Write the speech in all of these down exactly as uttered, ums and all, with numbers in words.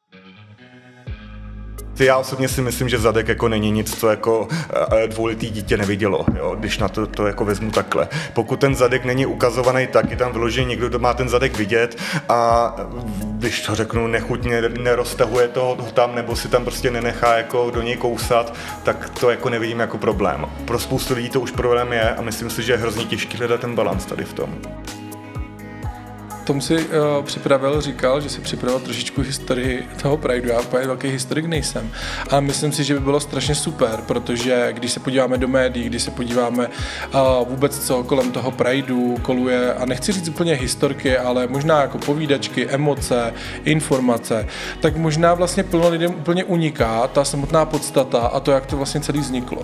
Já osobně si myslím, že zadek jako není nic, co jako dvouletý dítě nevidělo, jo, když na to, to jako vezmu takhle. Pokud ten zadek není ukazovaný tak, je tam vyložený někdo, kdo má ten zadek vidět a když to řeknu nechutně, neroztahuje to tam nebo si tam prostě nenechá jako do něj kousat, tak to jako nevidím jako problém. Pro spoustu lidí to už problém je a myslím si, že je hrozně těžký hledat ten balans tady v tom. Tom si uh, připravil, říkal, že si připravil trošičku historii toho Prideu. Já úplně velký historik nejsem. A myslím si, že by bylo strašně super, protože když se podíváme do médií, když se podíváme uh, vůbec co kolem toho Prideu koluje, a nechci říct úplně historky, ale možná jako povídačky, emoce, informace, tak možná vlastně plno lidem úplně uniká ta samotná podstata a to, jak to vlastně celý vzniklo.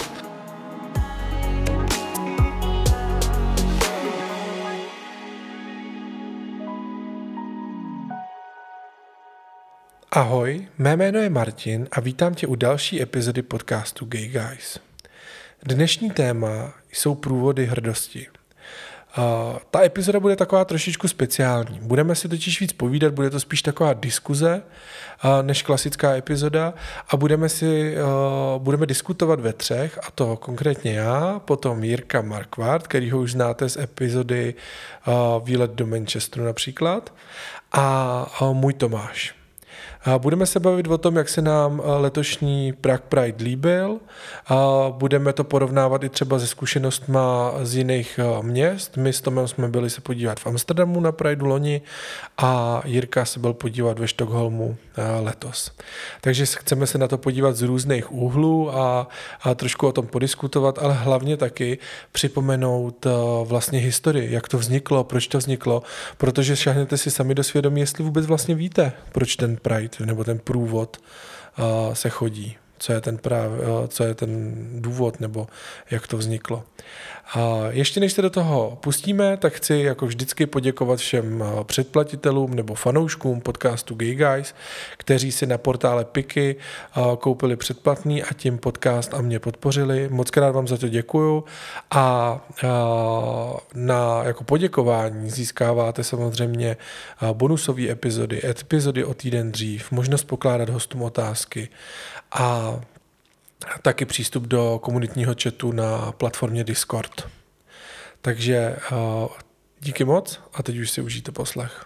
Ahoj, mé jméno je Martin a vítám tě u další epizody podcastu Gay Guys. Dnešní téma jsou průvody hrdosti. Uh, ta epizoda bude taková trošičku speciální. Budeme si totiž víc povídat, bude to spíš taková diskuze uh, než klasická epizoda a budeme si uh, budeme diskutovat ve třech, a to konkrétně já, potom Jirka Markvart, kterýho už znáte z epizody uh, Výlet do Manchesteru například, a uh, můj Tomáš. Budeme se bavit o tom, jak se nám letošní Prague Pride líbil. Budeme to porovnávat i třeba se zkušenostma z jiných měst. My s Tomem jsme byli se podívat v Amsterdamu na Prideu loni a Jirka se byl podívat ve Stockholmu letos. Takže chceme se na to podívat z různých úhlů a, a trošku o tom podiskutovat, ale hlavně taky připomenout vlastně historii, jak to vzniklo, proč to vzniklo, protože šáhnete si sami do svědomí, jestli vůbec vlastně víte, proč ten Pride nebo ten průvod uh, se chodí, co je ten práv, uh, co je ten důvod nebo jak to vzniklo. A ještě než se do toho pustíme, tak chci jako vždycky poděkovat všem předplatitelům nebo fanouškům podcastu Gay Guys, kteří si na portále Piky koupili předplatný a tím podcast a mě podpořili. Moc krát vám za to děkuju a na jako poděkování získáváte samozřejmě bonusové epizody, epizody o týden dřív, možnost pokládat hostům otázky a taky přístup do komunitního chatu na platformě Discord. Takže uh, díky moc a teď už si užijte poslech.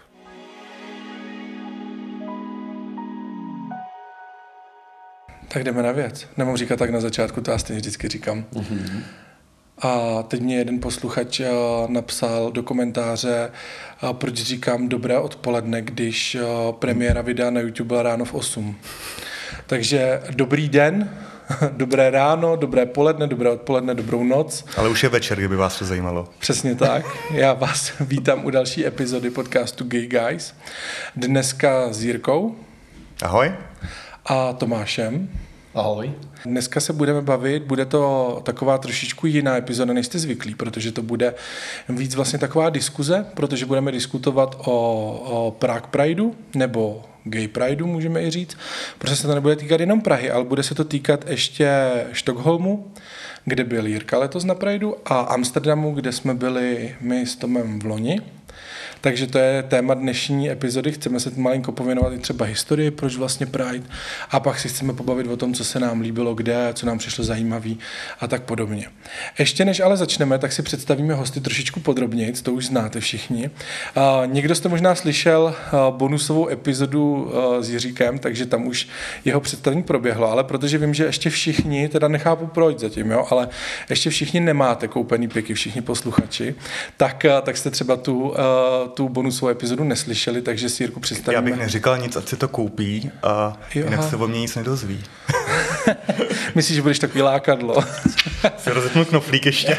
Tak jdeme na věc. Nemám říkat tak na začátku, to já stejně vždycky říkám. Mm-hmm. A teď mě jeden posluchač napsal do komentáře, proč říkám dobré odpoledne, když premiéra videa na YouTube byla ráno v osm. Takže dobrý den, dobré ráno, dobré poledne, dobré odpoledne, dobrou noc. Ale už je večer, kdyby vás to zajímalo. Přesně tak. Já vás vítám u další epizody podcastu Gay Guys. Dneska s Jirkou. Ahoj. A Tomášem. Ahoj. Dneska se budeme bavit, bude to taková trošičku jiná epizoda, než jste zvyklí, protože to bude víc vlastně taková diskuze, protože budeme diskutovat o, o Prague Prideu, nebo Gay Prideu, můžeme i říct, protože se to nebude týkat jenom Prahy, ale bude se to týkat ještě Stockholmu, kde byl Jirka letos na Prideu, a Amsterdamu, kde jsme byli my s Tomem v loni. Takže to je téma dnešní epizody. Chceme se malinko pověnovat i třeba historii, proč vlastně Pride, a pak si chceme pobavit o tom, co se nám líbilo, kde, co nám přišlo zajímavý a tak podobně. Ještě než ale začneme, tak si představíme hosty trošičku podrobněji, to už znáte všichni. Uh, někdo jste možná slyšel uh, bonusovou epizodu uh, s Jiříkem, takže tam už jeho představení proběhlo, ale protože vím, že ještě všichni, teda nechápu proč zatím, jo, ale ještě všichni nemáte koupený piky, všichni posluchači, tak, uh, tak jste třeba tu uh, tu bonusovou epizodu neslyšeli, takže si Jirku představíme. Já bych neříkal nic, ať si to koupí a jo, jinak se o mě nic nedozví. Myslíš, že budeš takový lákadlo? Si rozetnu knoflík ještě.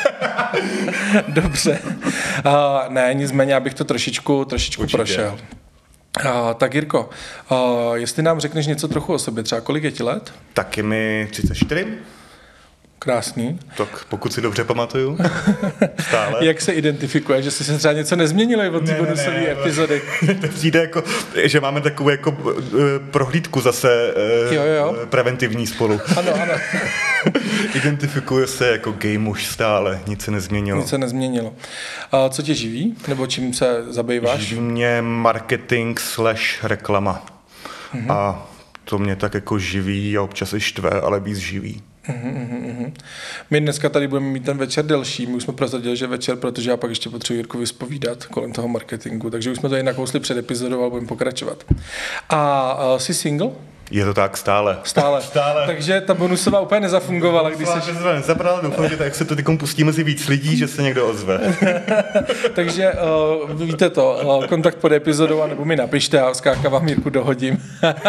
Dobře. Uh, ne, nicméně, abych to trošičku, trošičku Určitě. prošel. Uh, tak Jirko, uh, jestli nám řekneš něco trochu o sobě, třeba kolik je ti let? Tak je mi třicet čtyři. Krásný. Tak pokud si dobře pamatuju. Stále. Jak se identifikuje, že jsi se třeba něco nezměnilo od té bonusové epizody? To přijde jako, že máme takovou jako prohlídku zase jo, jo. preventivní spolu. Ano, ano. Identifikuje se jako gay muž stále, nic se nezměnilo. Nic se nezměnilo. A co tě živí? Nebo čím se zabýváš? Živí mě marketing slash reklama. mm-hmm. a to mě tak jako živí a občas i štve, ale víc živí. Uhum, uhum. My dneska tady budeme mít ten večer delší, my už jsme prozradili, že večer, protože já pak ještě potřebuji Jirku vyspovídat kolem toho marketingu, takže už jsme to jen nakousli před epizodou, ale budeme pokračovat. A uh, jsi single? Je to tak stále. Stále. stále. Takže ta bonusová úplně nezafungovala, když jsi... Nezabral, doufám, že tak se to tykom pustí mezi víc lidí, že se někdo ozve. Takže uh, víte to, uh, kontakt pod epizodou, anebo mi napište a skáka vám Jirku dohodím.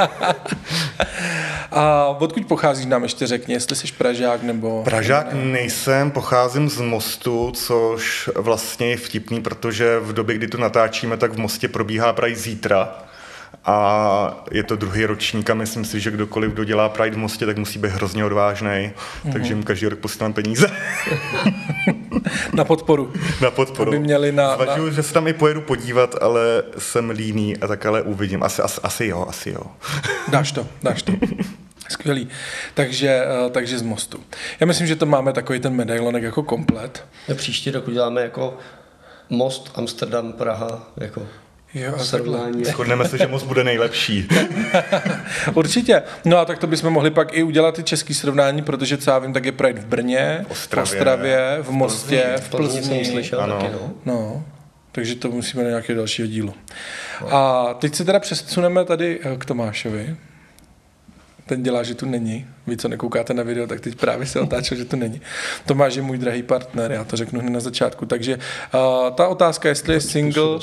A odkud pocházíš, nám ještě řekni, jestli jsi Pražák nebo... Pražák nejsem, pocházím z Mostu, což vlastně je vtipný, protože v době, kdy to natáčíme, tak v Mostě probíhá Pride zítra. A je to druhý ročník a myslím si, že kdokoliv, kdo dělá Pride v Mostě, tak musí být hrozně odvážný, mm-hmm. takže jim každý rok posílám peníze. Na podporu. Na podporu. Aby měli na... Zvažuji, na... že se tam i pojedu podívat, ale jsem líný a tak ale uvidím. Asi, asi, asi jo, asi jo. Dáš to, dáš to. Skvělý. Takže, takže z Mostu. Já myslím, že to máme takový ten medailonek jako komplet. A příští rok uděláme jako Most, Amsterdam, Praha, jako... Jo, srovnání. Shodneme se, že Most bude nejlepší. Určitě. No a tak to bychom mohli pak i udělat ty český srovnání, protože co já vím, tak je Pride v Brně, v Ostravě, v Mostě, v Plzni. V Plzni jsem slyšel ano. taky, no. No, takže to musíme na nějakého dalšího dílu. A teď se teda přesuneme tady k Tomášovi. Ten dělá, že tu není. Vy, co nekoukáte na video, tak teď právě se otáčel, že tu není. Tomáš je můj drahý partner, já to řeknu hned na začátku. Takže uh, ta otázka, jestli je single...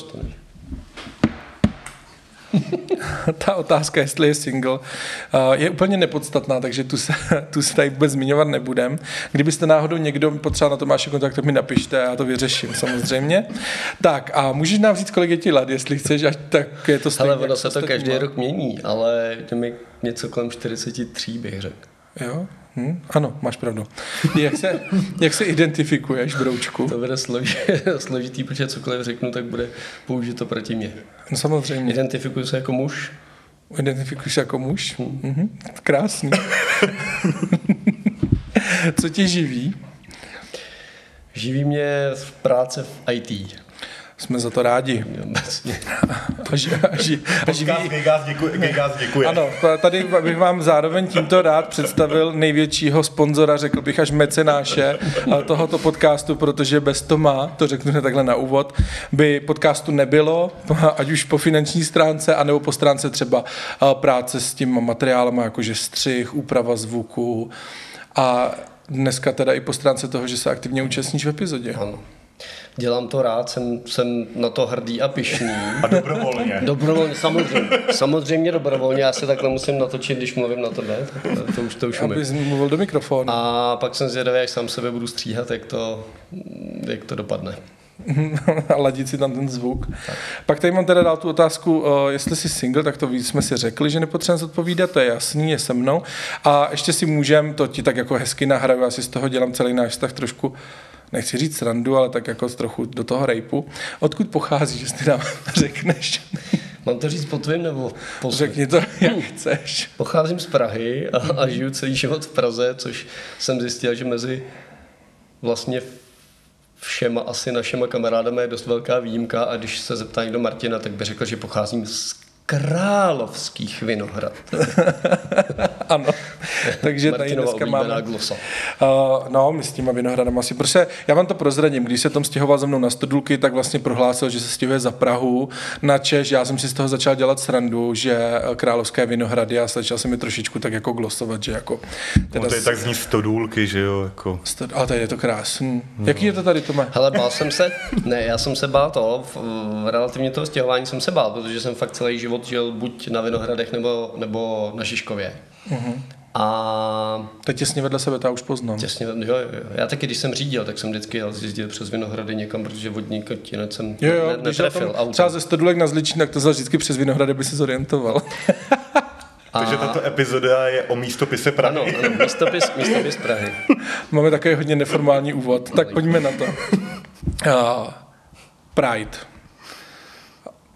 Ta otázka, jestli je single, je úplně nepodstatná, takže tu se, tu se tady vůbec zmiňovat nebudem. Kdybyste náhodou někdo potřeboval na Tomáše kontakt, tak mi napište, já to vyřeším samozřejmě. Tak a můžeš nám říct, kolik je ti let, jestli chceš, až tak je to stejně. Ale ono se to každý rok mění, ale je mi něco kolem čtyřicet tři bych řekl. Jo? Hm? Ano, máš pravdu. Jak se, jak se identifikuješ, broučku? To bude složitý, složitý, protože cokoliv řeknu, tak bude použito proti mně. No samozřejmě. Identifikuji se jako muž. Identifikuješ se jako muž? Hm. Mhm. Krásný. Co tě živí? Živí mě v práce v í té. Jsme za to rádi. A, ži, a, ži, a živí... Gejgás děkuje. Ano, tady bych vám zároveň tímto rád představil největšího sponzora, řekl bych až mecenáše tohoto podcastu, protože bez Toma, to řeknu takhle na úvod, by podcastu nebylo, ať už po finanční stránce, anebo po stránce třeba práce s tím materiálem, jakože střih, úprava zvuku a dneska teda i po stránce toho, že se aktivně účastníš v epizodě. Ano. Dělám to rád, jsem, jsem na to hrdý a pyšný. A dobrovolně. Dobrovolně, samozřejmě. Samozřejmě dobrovolně, já se takhle musím natočit, když mluvím na tohle, tak to už to už umím. Abys mluvil do mikrofonu. A pak jsem zvědavý, jak sám sebe budu stříhat, jak to, jak to dopadne. A ladit si tam ten zvuk. Tak. Pak tady mám teda dál tu otázku, uh, jestli jsi single, tak to víc jsme si řekli, že nepotřebujeme odpovídat, to je jasný, je se mnou. A ještě si můžem, to ti tak jako hezky nahraju, já si z toho dělám celý náš vztah trošku, nechci říct srandu, ale tak jako trochu do toho rejpu. Odkud pocházíš, jestli nám řekneš? Mám to říct po tvým nebo po svým? Řekni to, jak chceš. Pocházím z Prahy a, a žiju celý život v Praze, což jsem zjistil, že mezi vlastně všema asi našima kamarádama je dost velká výjimka a když se zeptá někdo Martina, tak by řekl, že pocházím z Královských Vinohrad. Ano, takže tady dneska máme... glosa. Uh, no, my s těma Vinohradama asi, protože já vám to prozradím, když se Tom stěhoval ze mnou na Stodulky, tak vlastně prohlásil, že se stěhuje za Prahu na Češ, já jsem si z toho začal dělat srandu, že Královské Vinohrady a začal jsem mi trošičku tak jako glosovat, že jako... Teda no to je tak zní Stodůlky, že jo, jako... Stod... Ale tady je to krásný. No. Jaký je to tady, Tome? Hele, bál jsem se, ne, já jsem se bál to, v, v relativně toho stěhování jsem se bál, protože jsem fakt celý život žil buď na Vinohradech nebo, nebo na Žižkově. Uh-huh. A... To je těsně vedle sebe, to já už poznám. Těsně, jo, jo. Já taky, když jsem řídil, tak jsem vždycky jezdil přes Vinohrady někam, protože vodní kotinec jsem jo, jo, ne, netrefil. Tam, třeba ze Stodulek na Zličín, tak to zase vždycky přes Vinohrady by se zorientoval. A... Takže tato epizoda je o místopise Prahy. Ano, ano, místopis, místopis Prahy. Máme takový hodně neformální úvod, tak pojďme na to. Uh, Pride.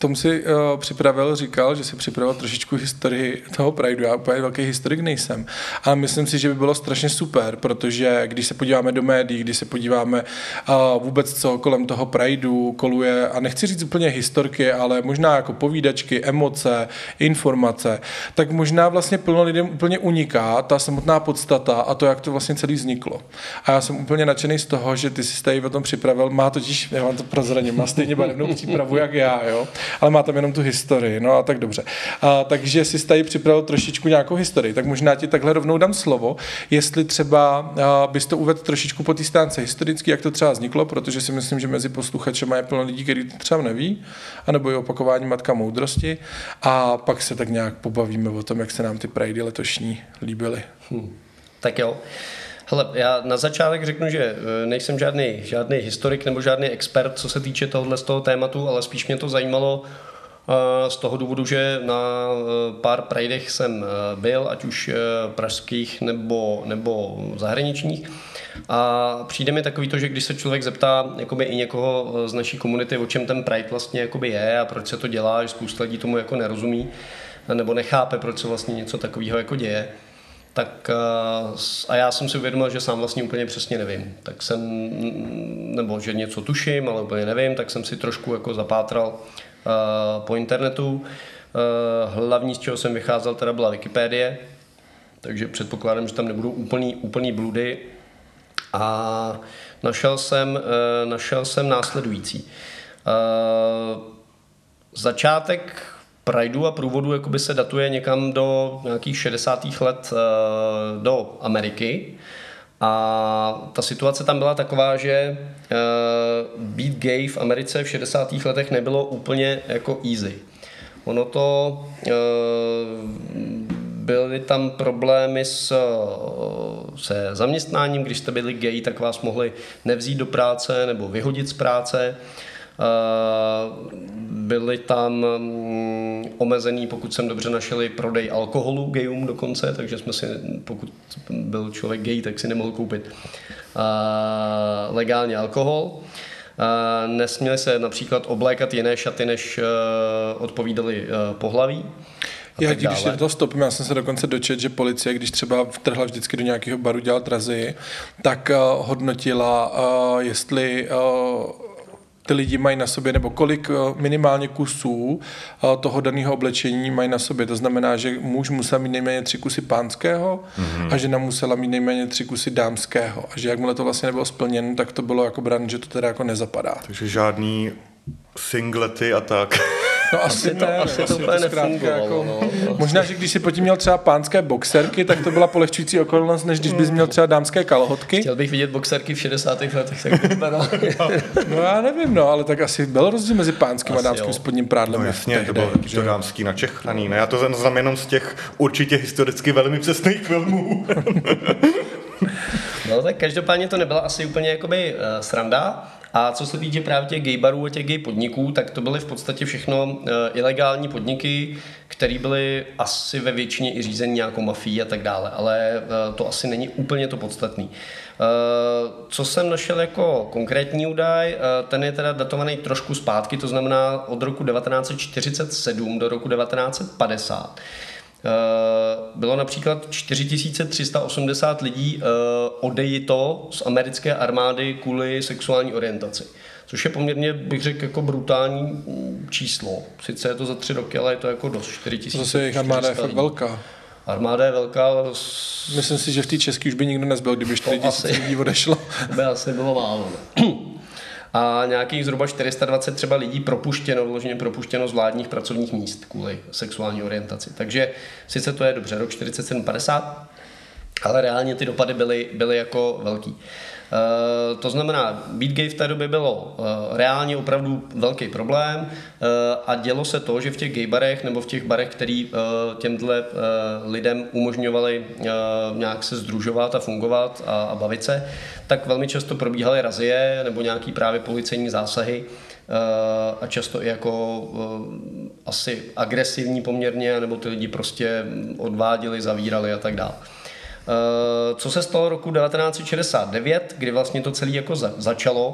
tom si uh, připravil, říkal, že si připravil trošičku historii toho Prideu. Já úplně velký historik nejsem. Ale myslím si, že by bylo strašně super, protože když se podíváme do médií, když se podíváme uh, vůbec, co kolem toho Prideu koluje, a nechci říct úplně historky, ale možná jako povídačky, emoce, informace, tak možná vlastně plno lidem úplně uniká ta samotná podstata a to, jak to vlastně celý vzniklo. A já jsem úplně nadšený z toho, že ty jsi tady o tom připravil. Má totiž, já vám to prozradím, má stejně barevnou přípravu jak já, jo? Ale má tam jenom tu historii, no a tak dobře. A, takže jsi tady připravil trošičku nějakou historii, tak možná ti takhle rovnou dám slovo, jestli třeba a, bys to uvedl trošičku po té stránce historicky, jak to třeba vzniklo, protože si myslím, že mezi posluchači je plno lidí, kteří to třeba neví, anebo je opakování matka moudrosti, a pak se tak nějak pobavíme o tom, jak se nám ty Pridey letošní líbily. Hmm. Tak jo. Hele, já na začátek řeknu, že nejsem žádný, žádný historik nebo žádný expert, co se týče tohohle z toho tématu, ale spíš mě to zajímalo z toho důvodu, že na pár Pridech jsem byl, ať už pražských nebo, nebo zahraničních. A přijde mi takový to, že když se člověk zeptá jakoby i někoho z naší komunity, o čem ten Pride vlastně jakoby je a proč se to dělá, že spousta lidí tomu jako nerozumí nebo nechápe, proč se vlastně něco takového jako děje, tak a já jsem si uvědomil, že sám vlastně úplně přesně nevím. Tak jsem, nebo že něco tuším, ale úplně nevím, tak jsem si trošku jako zapátral uh, po internetu. Uh, hlavní, z čeho jsem vycházel, teda byla Wikipédie, takže předpokládám, že tam nebudou úplný, úplný bludy. A našel jsem, uh, našel jsem následující. Uh, začátek Prideu a průvodu jakoby se datuje někam do nějakých šedesátých let uh, do Ameriky. A ta situace tam byla taková, že uh, být gay v Americe v šedesátých letech nebylo úplně jako easy. Ono to, uh, byly tam problémy s, se zaměstnáním, když jste byli gay, tak vás mohli nevzít do práce nebo vyhodit z práce. Uh, byly tam um, omezený, pokud jsem dobře našel, prodej alkoholu gayům dokonce, takže jsme si, pokud byl člověk gay, tak si nemohl koupit uh, legálně alkohol. Uh, nesměli se například oblékat jiné šaty, než uh, odpovídaly uh, pohlaví. Já když se do toho stopím, já jsem se dokonce dočet, že policie, když třeba vtrhla vždycky do nějakého baru dělat razy, tak uh, hodnotila, uh, jestli uh, ty lidi mají na sobě, nebo kolik minimálně kusů toho daného oblečení mají na sobě. To znamená, že muž musel mít nejméně tři kusy pánského mm-hmm. a žena musela mít nejméně tři kusy dámského. A že jakmile to vlastně nebylo splněno, tak to bylo jako bran, že to teda jako nezapadá. Takže žádný singlety a tak. No asi, asi to, ne, asi to úplně nefungovalo. Jako, no. Možná, že když si pod tím měl třeba pánské boxerky, tak to byla polehčující okolnost, než když bys měl třeba dámské kalhotky. Chtěl bych vidět boxerky v šedesátých letech, tak to vypadalo. No já nevím, no, ale tak asi byl rozdíl mezi pánským asi a dámským jo. spodním prádlem. No jasně, to bylo to dámský načechraný. Ne, já to znám jenom z těch určitě historicky velmi přesných filmů. No tak každopádně to nebyla asi úplně jakoby uh, sranda. A co se týče právě těch gay barů a těch gay podniků, tak to byly v podstatě všechno uh, ilegální podniky, které byly asi ve většině i řízení nějakou mafií a tak dále, ale uh, to asi není úplně to podstatný. Uh, co jsem našel jako konkrétní údaj, uh, ten je teda datovaný trošku zpátky, to znamená od roku devatenáct set čtyřicet sedm do roku devatenáct set padesát. Bylo například čtyři tisíce tři sta osmdesát lidí odejito z americké armády kvůli sexuální orientaci. Což je poměrně, bych řekl, jako brutální číslo. Sice je to za tři roky, ale je to jako dost čtyři tisíce. Zase jejich armáda je fakt velká. Armáda je velká, ale... Myslím si, že v té české už by nikdo nezbyl, kdyby čtyři tisíce lidí odešlo. To by asi bylo málo. A nějakých zhruba čtyři sta dvacet třeba lidí propuštěno, vloženě propuštěno z vládních pracovních míst kvůli sexuální orientaci. Takže sice to je dobře, rok čtyřicet sedm padesát, ale reálně ty dopady byly, byly jako velký. Uh, to znamená, být gay v té době bylo uh, reálně opravdu velký problém uh, a dělo se to, že v těch gay barech nebo v těch barech, který uh, těmhle uh, lidem umožňovali uh, nějak se sdružovat a fungovat a, a bavit se, tak velmi často probíhaly razie nebo nějaký právě policejní zásahy uh, a často i jako uh, asi agresivní poměrně, nebo ty lidi prostě odváděli, zavírali a tak dále. Co se stalo roku devatenáct set šedesát devět, kdy vlastně to celé jako za, začalo,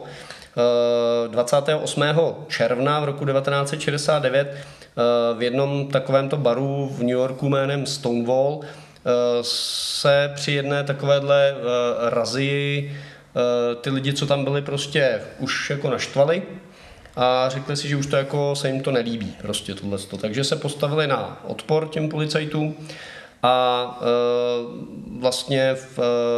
dvacátého osmého června v roku devatenáct set šedesát devět v jednom takovémto baru v New Yorku jménem Stonewall se při jedné takovéhle razii ty lidi, co tam byli, prostě už jako naštvali a řekli si, že už to jako se jim to nelíbí, prostě tohleto. Takže se postavili na odpor těm policajtům a vlastně v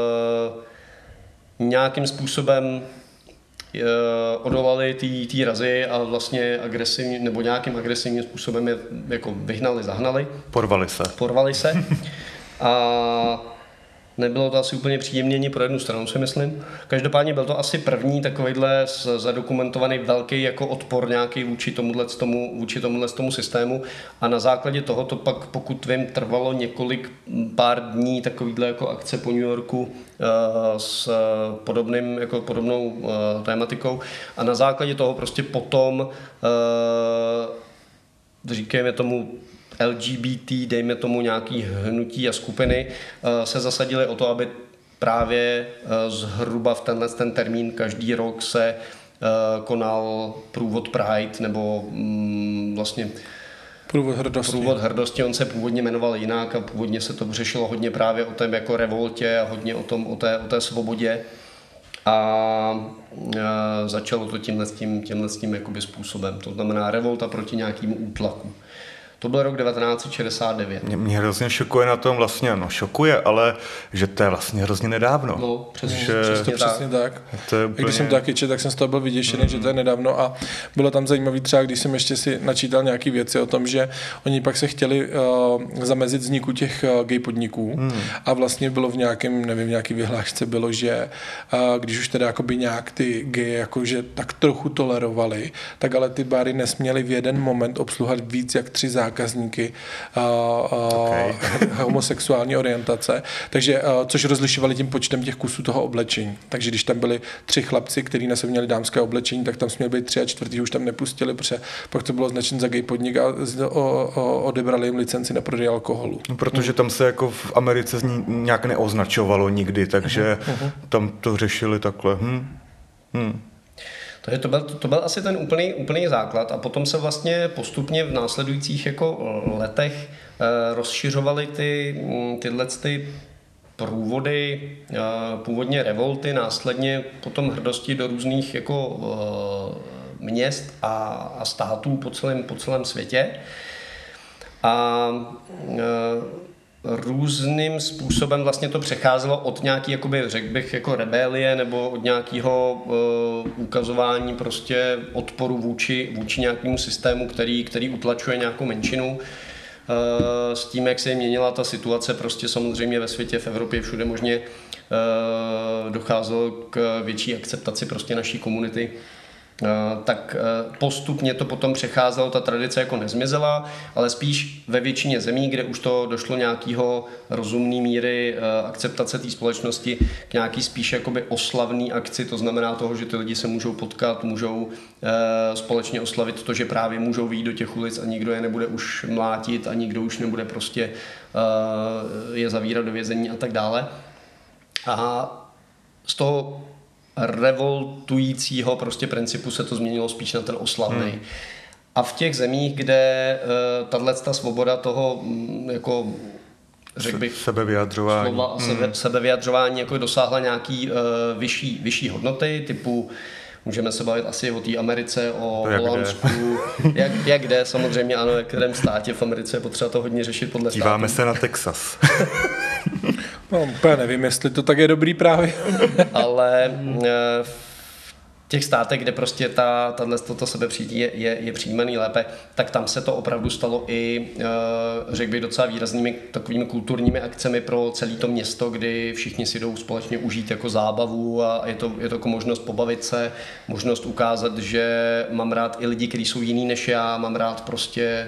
nějakým způsobem odolali té razy a vlastně agresivní, nebo nějakým agresivním způsobem je jako vyhnali, zahnali. Porvali se. Porvali se. A nebylo to asi úplně příjemné ani pro jednu stranu, si myslím. Každopádně byl to asi první takovýhle zadokumentovaný velký jako odpor nějaký vůči tomuhle tomu, vůči tomuhle tomu systému a na základě toho to pak, pokud vím, trvalo několik pár dní takovýhle jako akce po New Yorku uh, s podobným, jako podobnou uh, tématikou a na základě toho prostě potom uh, říkejme tomu L G B T, dejme tomu nějaký hnutí a skupiny, se zasadili o to, aby právě zhruba v tenhle ten termín každý rok se konal průvod Pride, nebo vlastně Průvod hrdosti. Průvod hrdosti, on se původně jmenoval jinak a původně se to řešilo hodně právě o tom jako revoltě a hodně o tom, o té, o té svobodě. A začalo to tímhle, tímhle tím jakoby způsobem, to znamená revolta proti nějakému útlaku. To byl rok devatenáct set šedesát devět. Mě, mě hrozně šokuje na tom vlastně, no šokuje, ale že to je vlastně hrozně nedávno. No, přesně, že, přesně, to přesně tak. To je úplně... Když jsem to taky četl, tak jsem z toho byl vyděšený, mm. že to je nedávno a bylo tam zajímavý třeba, když jsem ještě si načítal nějaký věci o tom, že oni pak se chtěli uh, zamezit vzniku těch uh, gay podniků mm. a vlastně bylo v nějakém, nevím, nějaký vyhlášce bylo, že uh, když už teda jakoby nějak ty gay jakože tak trochu tolerovali, tak ale ty bary nesměly v jeden moment obsluhat víc jak tři zákazníky zákazníky uh, uh, okay. homosexuální orientace, takže, uh, což rozlišovali tím počtem těch kusů toho oblečení. Takže když tam byli tři chlapci, kteří na sebe měli dámské oblečení, tak tam směli být tři a čtvrtý, už tam nepustili, protože pak to bylo označeno za gay podnik a o, o, odebrali jim licenci na prodej alkoholu. Protože hmm. tam se jako v Americe nějak neoznačovalo nikdy, takže uh-huh. tam to řešili takhle. Hmm. Hmm. Takže to byl, to byl asi ten úplný, úplný základ a potom se vlastně postupně v následujících jako letech eh, rozšiřovaly ty, tyhle ty průvody, eh, původně revolty, následně potom hrdosti do různých jako eh, měst a, a států po celém, po celém světě. A eh, různým způsobem vlastně to přecházelo od nějaký, jakoby, řekl bych, jako rebelie nebo od nějakého uh, ukazování prostě odporu vůči, vůči nějakému systému, který, který utlačuje nějakou menšinu. Uh, s tím, jak se měnila ta situace, prostě samozřejmě ve světě, v Evropě, všude možně uh, docházelo k větší akceptaci prostě naší komunity. Tak postupně to potom přecházelo, ta tradice jako nezmizela, ale spíš ve většině zemí, kde už to došlo nějakého rozumné míry akceptace té společnosti k nějaký spíš jakoby oslavný akci, to znamená toho, že ty lidi se můžou potkat, můžou společně oslavit to, že právě můžou vyjít do těch ulic a nikdo je nebude už mlátit a nikdo už nebude prostě je zavírat do vězení a tak dále. A z toho revoltujícího prostě principu se to změnilo spíš na ten oslavný. Hmm. A v těch zemích, kde uh, tato svoboda toho um, jako řekl bych sebevyjadřování, slova a sebe, hmm. sebevyjadřování jako dosáhla nějaký uh, vyšší, vyšší hodnoty, typu můžeme se bavit asi o té Americe, o jak Holandsku, jak, jak kde, samozřejmě ano, v kterém státě v Americe je potřeba to hodně řešit podle státu. Díváme se na Texas. No, úplně nevím, jestli to tak je dobrý právě. Ale v těch státech, kde prostě ta, tato, toto sebepřijetí je, je, je přijímaný lépe, tak tam se to opravdu stalo i, řekl bych, docela výraznými takovými kulturními akcemi pro celé to město, kdy všichni si jdou společně užít jako zábavu a je to, je to jako možnost pobavit se, možnost ukázat, že mám rád i lidi, kteří jsou jiný než já, mám rád prostě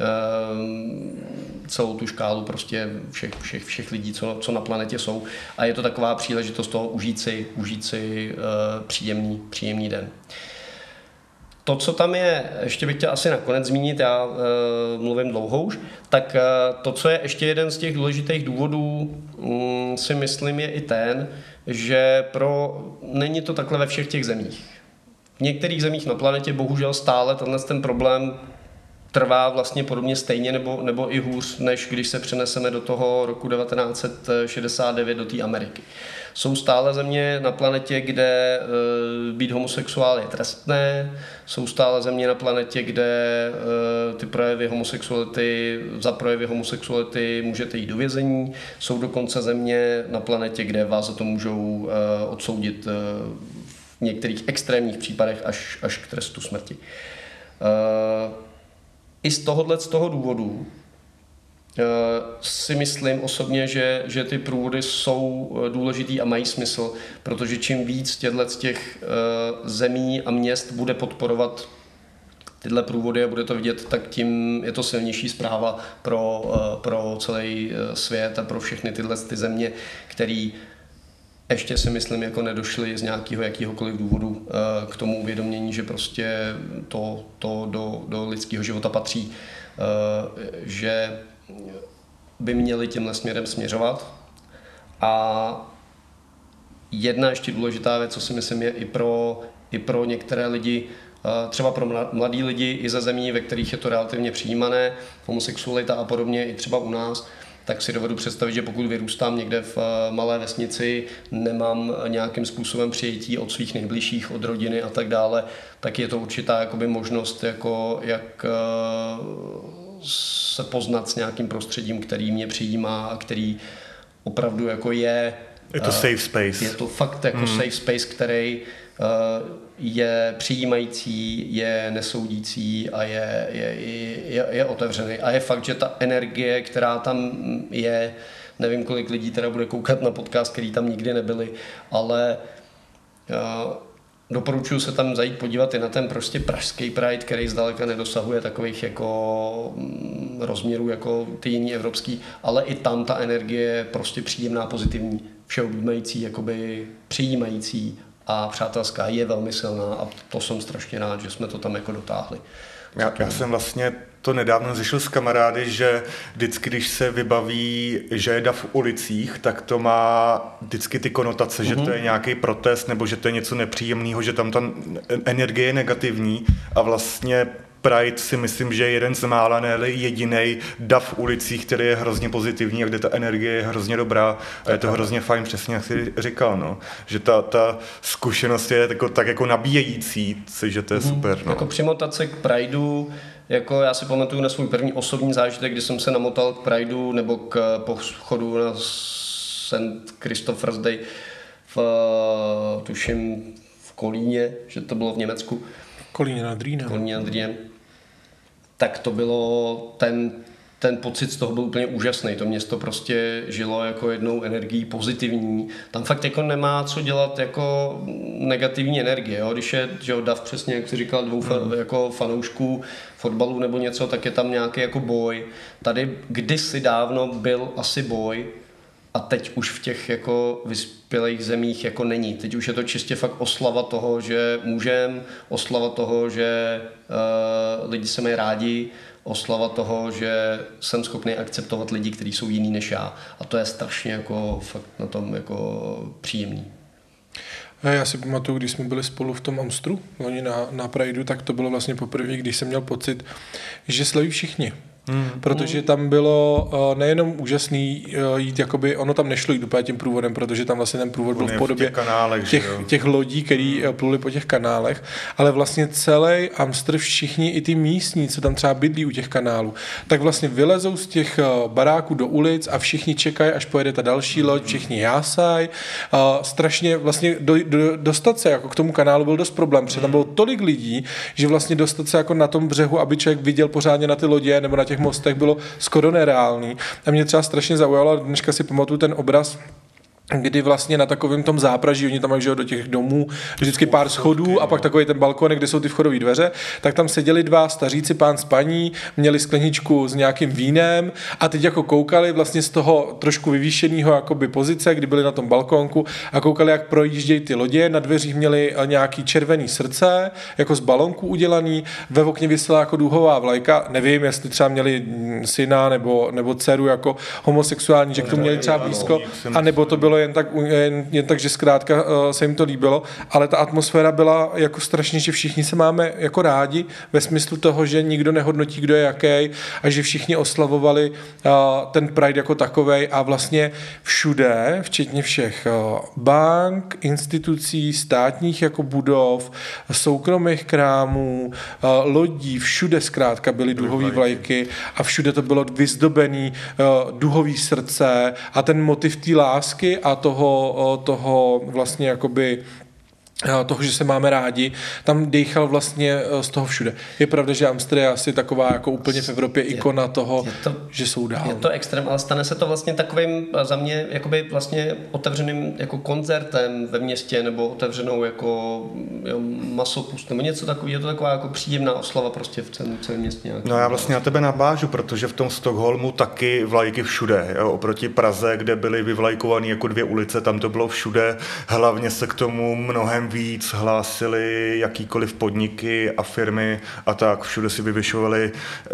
celou tu škálu prostě všech, všech, všech lidí, co, co na planetě jsou. A je to taková příležitost toho užít si, užít si uh, příjemný, příjemný den. To, co tam je, ještě bych chtěl asi nakonec zmínit, já uh, mluvím dlouho už, tak uh, to, co je ještě jeden z těch důležitých důvodů, um, si myslím, je i ten, že pro, není to takhle ve všech těch zemích. v některých zemích na planetě bohužel stále tenhle ten problém trvá vlastně podobně stejně nebo, nebo i hůř, než když se přeneseme do toho roku devatenáct set šedesát devět do té Ameriky. Jsou stále země na planetě, kde e, být homosexuál je trestné, jsou stále země na planetě, kde e, ty projevy homosexuality, za projevy homosexuality můžete jít do vězení, jsou dokonce země na planetě, kde vás za to můžou e, odsoudit e, v některých extrémních případech až, až k trestu smrti. E, I z tohohle z toho důvodu si myslím osobně, že, že ty průvody jsou důležitý a mají smysl, protože čím víc těchto těch zemí a měst bude podporovat tyhle průvody a bude to vidět, tak tím je to silnější zpráva pro, pro celý svět a pro všechny tyhle ty země, který ještě si myslím, jako nedošli z nějakého jakýhokoliv důvodu k tomu uvědomění, že prostě to, to do, do lidského života patří, že by měli tímhle směrem směřovat. A jedna ještě důležitá věc, co si myslím, je i pro, i pro některé lidi, třeba pro mladí lidi i ze zemí, ve kterých je to relativně přijímané, homosexualita a podobně, i třeba u nás, tak si dovedu představit, že pokud vyrůstám někde v malé vesnici, nemám nějakým způsobem přijetí od svých nejbližších, od rodiny a tak dále, tak je to určitá jakoby možnost, jako, jak se poznat s nějakým prostředím, který mě přijímá a který opravdu jako je... Je to safe space. Je to fakt jako hmm. safe space, který je přijímající, je nesoudící a je, je, je, je otevřený. A je fakt, že ta energie, která tam je, nevím, kolik lidí teda bude koukat na podcast, který tam nikdy nebyli, ale uh, doporučuji se tam zajít podívat i na ten prostě pražský Pride, který zdaleka nedosahuje takových jako rozměrů jako ty jiný evropský, ale i tam ta energie je prostě příjemná, pozitivní, všeobjímající, jakoby přijímající a přátelská, je velmi silná a to jsem strašně rád, že jsme to tam jako dotáhli. Já, já jsem vlastně to nedávno řešil s kamarády, že vždycky, když se vybaví, že je dav v ulicích, tak to má vždycky ty konotace, mm-hmm. že to je nějaký protest nebo že to je něco nepříjemného, že tam ta energie je negativní a vlastně Pride si myslím, že je jeden z mála, ne jedinej dav v ulicích, který je hrozně pozitivní a kde ta energie je hrozně dobrá a je to hrozně fajn, přesně jak jsi říkal, no. Že ta, ta zkušenost je tako, tak jako nabíjející, že to je hmm. super. No. Jako přimotat se k Prideu, jako já si pamatuju na svůj první osobní zážitek, kdy jsem se namotal k Prideu nebo k pochodu na Saint Christopher's Day v, tuším, v Kolíně, že to bylo v Německu. Kolíně nad Rýnem. Kolíně nad Rýnem. Tak to bylo, ten, ten pocit z toho byl úplně úžasný. To město prostě žilo jako jednou energií pozitivní. Tam fakt jako nemá co dělat jako negativní energie. Jo? Když je, že jo, dav přesně, jak jsi říkal, dvou hmm. jako fanoušků fotbalu nebo něco, tak je tam nějaký jako boj. Tady kdysi dávno byl asi boj, a teď už v těch jako vyspělých zemích jako není. Teď už je to čistě fakt oslava toho, že můžem, oslava toho, že uh, lidi se mají rádi, oslava toho, že jsem schopný akceptovat lidi, kteří jsou jiný než já. A to je strašně jako fakt na tom jako příjemný. Já si pamatuju, když jsme byli spolu v tom Amstru, loni na, na Prideu, tak to bylo vlastně poprvé, když jsem měl pocit, že slaví všichni. Hmm. Protože tam bylo uh, nejenom úžasný uh, jít, jakoby, ono tam nešlo jít úplně tím průvodem, protože tam vlastně ten průvod byl v podobě v těch, kanálech, těch, těch lodí, který hmm. pluli po těch kanálech, ale vlastně celý Amster, všichni i ty místní, co tam třeba bydlí u těch kanálů, tak vlastně vylezou z těch uh, baráků do ulic a všichni čekají, až pojede ta další loď, všichni jásají. Uh, strašně vlastně do, do, dostat se jako k tomu kanálu byl dost problém, protože tam bylo tolik lidí, že vlastně dostat se jako na tom břehu, aby člověk viděl pořádně na ty lodě nebo na těch mostech bylo skoro nereálný. A mě třeba strašně zaujalo, dneška si pamatuju ten obraz, kdy vlastně na takovém tom zápraží, oni tam mají do těch domů vždycky pár schodů a pak takový ten balkon, kde jsou ty vchodové dveře, tak tam seděli dva staříci, pán s paní, měli skleničku s nějakým vínem a teď jako koukali vlastně z toho trošku vyvýšeného jakoby pozice, kdy byli na tom balkónku a koukali, jak projíždějí ty lodě, na dveřích měli nějaký červený srdce, jako z balonku udělaný, ve okně visela jako duhová vlajka, nevím, jestli třeba měli syna nebo, nebo dceru jako homosexuální, že k tomu měli třeba blízko, a nebo to bylo nebylo jen tak, jen, jen tak, že zkrátka uh, se jim to líbilo, ale ta atmosféra byla jako strašně, že všichni se máme jako rádi ve smyslu toho, že nikdo nehodnotí, kdo je jaký a že všichni oslavovali uh, ten Pride jako takovej a vlastně všude, včetně všech uh, bank, institucí, státních jako budov, soukromých krámů, uh, lodí, všude zkrátka byly duhové vlajky a všude to bylo vyzdobený uh, duhový srdce a ten motiv té lásky a toho, uh, toho vlastně jakoby toho, že se máme rádi, tam dejchal vlastně z toho všude. Je pravda, že Amsterdam je asi taková jako úplně v Evropě ikona je, toho, je to, že jsou dál. Je to extrém, ale stane se to vlastně takovým za mě jakoby vlastně otevřeným jako koncertem ve městě nebo otevřenou jako jo, masopust nebo něco takového. Je to taková jako příjemná oslava prostě v celém, celém městě. No já vlastně na tebe nabážu, protože v tom Stockholmu taky vlajky všude. Jo, oproti Praze, kde byly vyvlajkované jako dvě ulice, tam to bylo všude. Hlavně se k tomu mnohem víc hlásili jakýkoliv podniky a firmy a tak všude si vyvyšovali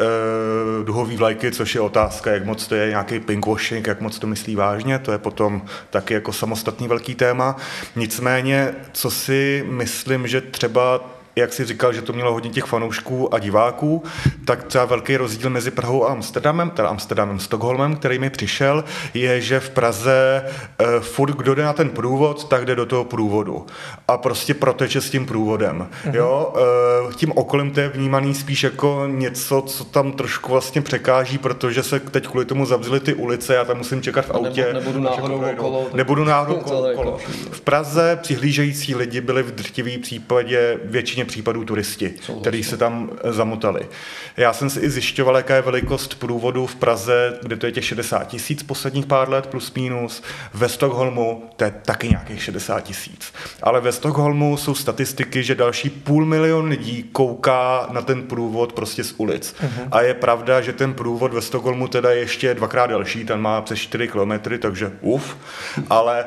uh, duhový vlajky, což je otázka, jak moc to je nějaký pinkwashing, jak moc to myslí vážně, to je potom taky jako samostatný velký téma. Nicméně, co si myslím, že třeba jak jsi říkal, že to mělo hodně těch fanoušků a diváků, tak třeba velký rozdíl mezi Prahou a Amsterdamem, teda Amsterdamem, Stockholmem, který mi přišel, je, že v Praze e, furt kdo jde na ten průvod, tak jde do toho průvodu. A prostě proteče s tím průvodem. Mhm. Jo? E, tím okolím to je vnímaný spíš jako něco, co tam trošku vlastně překáží, protože se teď kvůli tomu zavřely ty ulice, já tam musím čekat v autě. Nebo, nebudu náhodou okolo. Nebudu náhodou okolo. V Praze přihlížející lidi byli v drtivý případě většině případů turisti, kteří se tam zamotali. Já jsem si i zjišťoval, jaká je velikost průvodu v Praze, kde to je těch šedesát tisíc posledních pár let plus minus. Ve Stockholmu to je taky nějakých šedesát tisíc. Ale ve Stockholmu jsou statistiky, že další půl milion lidí kouká na ten průvod prostě z ulic. Uh-huh. A je pravda, že ten průvod ve Stockholmu teda je ještě dvakrát delší, ten má přes čtyři kilometry, takže uf, ale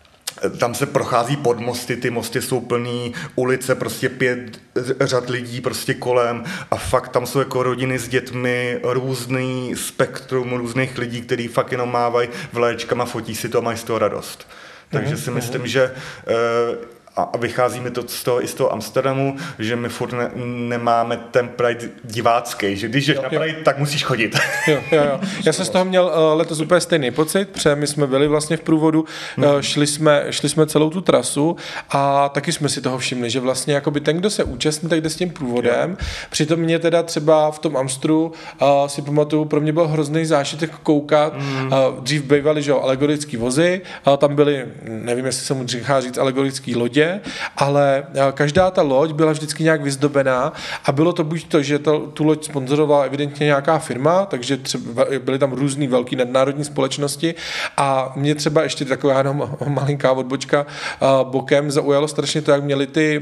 tam se prochází pod mosty, ty mosty jsou plný, ulice, prostě pět řad lidí prostě kolem a fakt tam jsou jako rodiny s dětmi, různý spektrum různých lidí, kteří fakt jenom mávají vléčkama, fotí si to a mají z toho radost. Takže mm-hmm. si myslím, že uh, a vychází mi to z toho i z toho Amsterdamu, že my furt ne, nemáme ten Pride divácký, že když jdeš na Pride, tak musíš chodit. Jo, jo, jo. Já jsem z toho měl uh, letos úplně stejný pocit, protože my jsme byli vlastně v průvodu, hmm. uh, šli, jsme, šli jsme celou tu trasu a taky jsme si toho všimli, že vlastně jakoby ten, kdo se účastní, tak jde s tím průvodem. Jo. Přitom mě teda třeba v tom Amstru uh, si pamatuju, pro mě byl hrozný zážitek koukat. Hmm. Uh, dřív bývaly, že jo, alegorický vozy, uh, tam byly, nevím, jestli se mu říká říct alegorický lodě, ale každá ta loď byla vždycky nějak vyzdobená a bylo to buď to, že to, tu loď sponzorovala evidentně nějaká firma, takže třeba byly tam různý velký nadnárodní společnosti a mě třeba ještě taková jenom malinká odbočka bokem zaujalo strašně to, jak měli ty,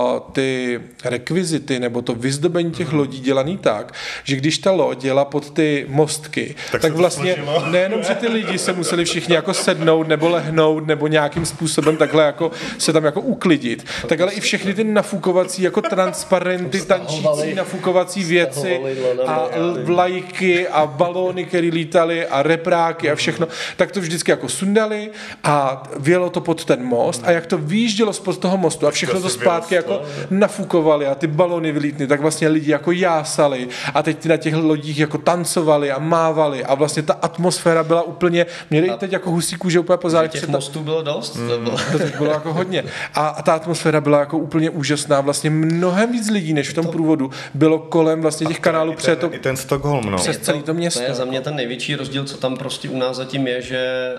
ty rekvizity nebo to vyzdobení těch lodí dělaný tak, že když ta loď jela pod ty mostky, tak, tak vlastně nejenom, že ty lidi se museli všichni jako sednout nebo lehnout nebo nějakým způsobem takhle jako se tam jako uklidit, tak ale i všechny ty nafukovací jako transparenty, tančící nafukovací věci a vlajky a balóny, které lítaly a repráky a všechno, tak to vždycky jako sundali a vyjelo to pod ten most a jak to vyjíždělo spod toho mostu a všechno to zpátky jako nafukovali a ty balóny vylítny, tak vlastně lidi jako jásali a teď ty na těch lodích jako tancovali a mávali a vlastně ta atmosféra byla úplně, měli i teď jako husí kůže úplně po zádech. Těch mostů bylo dost? Mm. To bylo, to teď bylo jako hodně. A, a ta atmosféra byla jako úplně úžasná. Vlastně mnohem víc lidí, než v tom průvodu, bylo kolem vlastně těch kanálů před to, i ten Stockholm, no. Přes celý to město. To je za mě ten největší rozdíl, co tam prostě u nás zatím je, že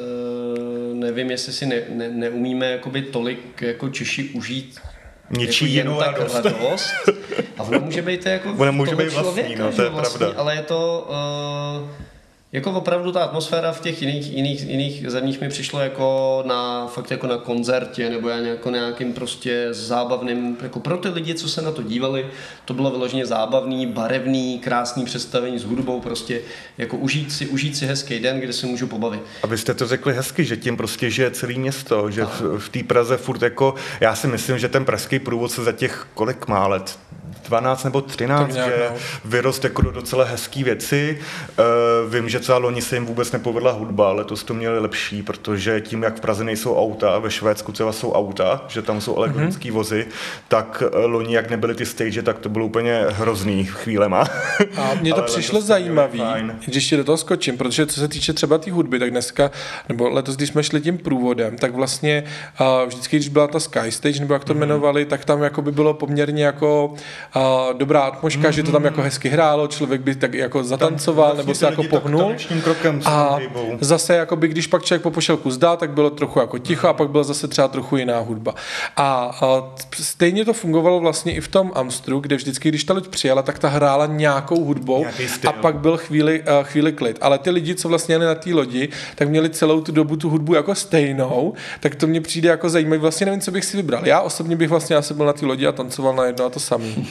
e, nevím, jestli si ne, ne, neumíme jakoby tolik jako Češi užít něčí jako jinou radost. radost. A ono může být jako ono může být vlastní, člověka, no, to je vlastní, pravda. Ale je to e, jako opravdu ta atmosféra v těch jiných, jiných, jiných zemích mi přišlo jako na, fakt jako na koncertě nebo jako nějakým prostě zábavným, jako pro ty lidi, co se na to dívali, to bylo vyloženě zábavný, barevný, krásný představení s hudbou, prostě jako užít si, užít si hezký den, kde se můžu pobavit. Abyste to řekli hezky, že tím prostě žije celý město, že v, v té Praze furt jako, já si myslím, že ten pražský průvod se za těch kolik má let, dvanáct nebo třináct, nějak, že no. vyrost jako do docela hezký věci. Uh, vím, že třeba loni se jim vůbec nepovedla hudba, letos to měli lepší, protože tím, jak v Praze nejsou auta, ve Švédsku třeba jsou auta, že tam jsou elektronické mm-hmm. vozy, tak loni, jak nebyly ty stage, tak to bylo úplně hrozný chvílema. A mně to přišlo zajímavý, když do toho skočím, protože co se týče třeba té tý hudby, tak dneska, nebo letos, když jsme šli tím průvodem, tak vlastně uh, vždycky, když byla ta Sky Stage, nebo jak to mm-hmm. jmenovali, tak tam jako by bylo poměrně jako uh, dobrá atmosféra, mm-hmm. že to tam jako hezky hrálo, člověk by tak jako zatancoval, nebo se jako pohnul. A zase, jakoby, když pak člověk popošel kus dál, tak bylo trochu jako ticho a pak byla zase třeba trochu jiná hudba. A, a stejně to fungovalo vlastně i v tom Amstru, kde vždycky, když ta loď přijela, tak ta hrála nějakou hudbou a pak byl chvíli, uh, chvíli klid. Ale ty lidi, co vlastně jeli na té lodi, tak měli celou tu dobu tu hudbu jako stejnou, tak to mně přijde jako zajímavé. Vlastně nevím, co bych si vybral. Já osobně bych vlastně asi byl na té lodi a tancoval na jedno a to samý.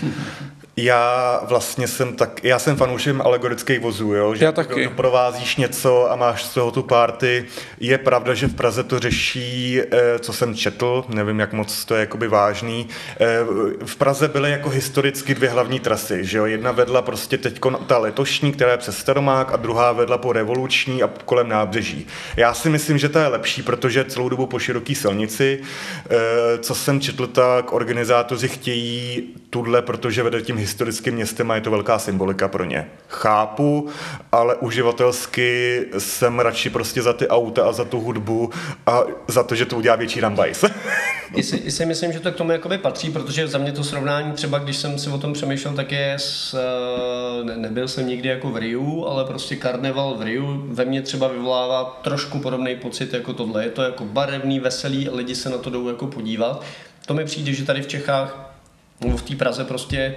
Já vlastně jsem tak, já jsem fanoušem alegorických vozů, jo, že já taky. Doprovázíš něco a máš z toho tu party. Je pravda, že v Praze to řeší, co jsem četl, nevím, jak moc to je jakoby vážný. V Praze byly jako historicky dvě hlavní trasy, že jo, jedna vedla prostě teďko ta letošní, která je přes Staromák, a druhá vedla po revoluční a kolem nábřeží. Já si myslím, že ta je lepší, protože celou dobu po široký silnici, co jsem četl, tak organizátoři chtějí tudle, protože vede tím historickým městem a je to velká symbolika pro ně. Chápu, ale uživatelsky jsem radši prostě za ty auta a za tu hudbu a za to, že to udělá větší rambajs. I si, I si myslím, že to k tomu jakoby patří, protože za mě to srovnání třeba, když jsem si o tom přemýšlel, tak je s, ne, nebyl jsem nikdy jako v Riu, ale prostě karneval v Riu ve mně třeba vyvolává trošku podobný pocit jako tohle. Je to jako barevný, veselý a lidi se na to jdou jako podívat. To mi přijde, že tady v Čechách nebo v té Praze prostě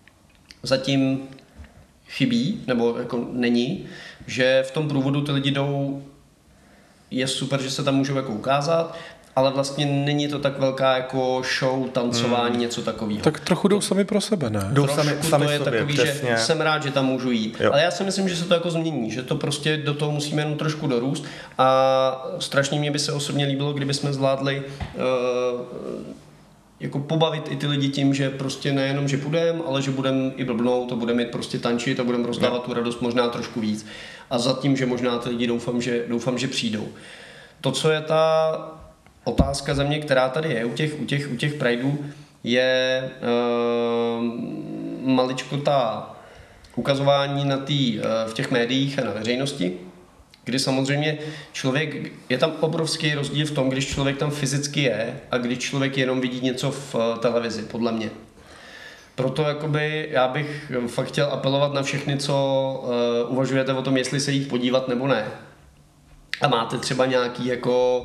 zatím chybí, nebo jako není, že v tom průvodu ty lidi jdou, je super, že se tam můžou jako ukázat, ale vlastně není to tak velká jako show, tancování, hmm. něco takového. Tak trochu jdou sami pro sebe, ne? Jdou sami, sami to je sobě, takový, přesně. Že jsem rád, že tam můžu jít. Jo. Ale já si myslím, že se to jako změní, že to prostě do toho musíme jenom trošku dorůst a strašně mě by se osobně líbilo, kdyby jsme zvládli uh, jako pobavit i ty lidi tím, že prostě nejenom, že půjdeme, ale že budeme i blbnout a budeme jít prostě tančit a budeme rozdávat no. tu radost možná trošku víc. A za tím, že možná ty lidi doufám, že, doufám, že přijdou. To, co je ta otázka za mě, která tady je u těch, u těch, u těch Prideů, je uh, maličko ta ukazování na tý, uh, v těch médiích a na veřejnosti, kdy samozřejmě člověk, je tam obrovský rozdíl v tom, když člověk tam fyzicky je a když člověk jenom vidí něco v uh, televizi, podle mě. Proto jakoby já bych fakt chtěl apelovat na všechny, co uh, uvažujete o tom, jestli se jít podívat nebo ne. A máte třeba nějaký jako,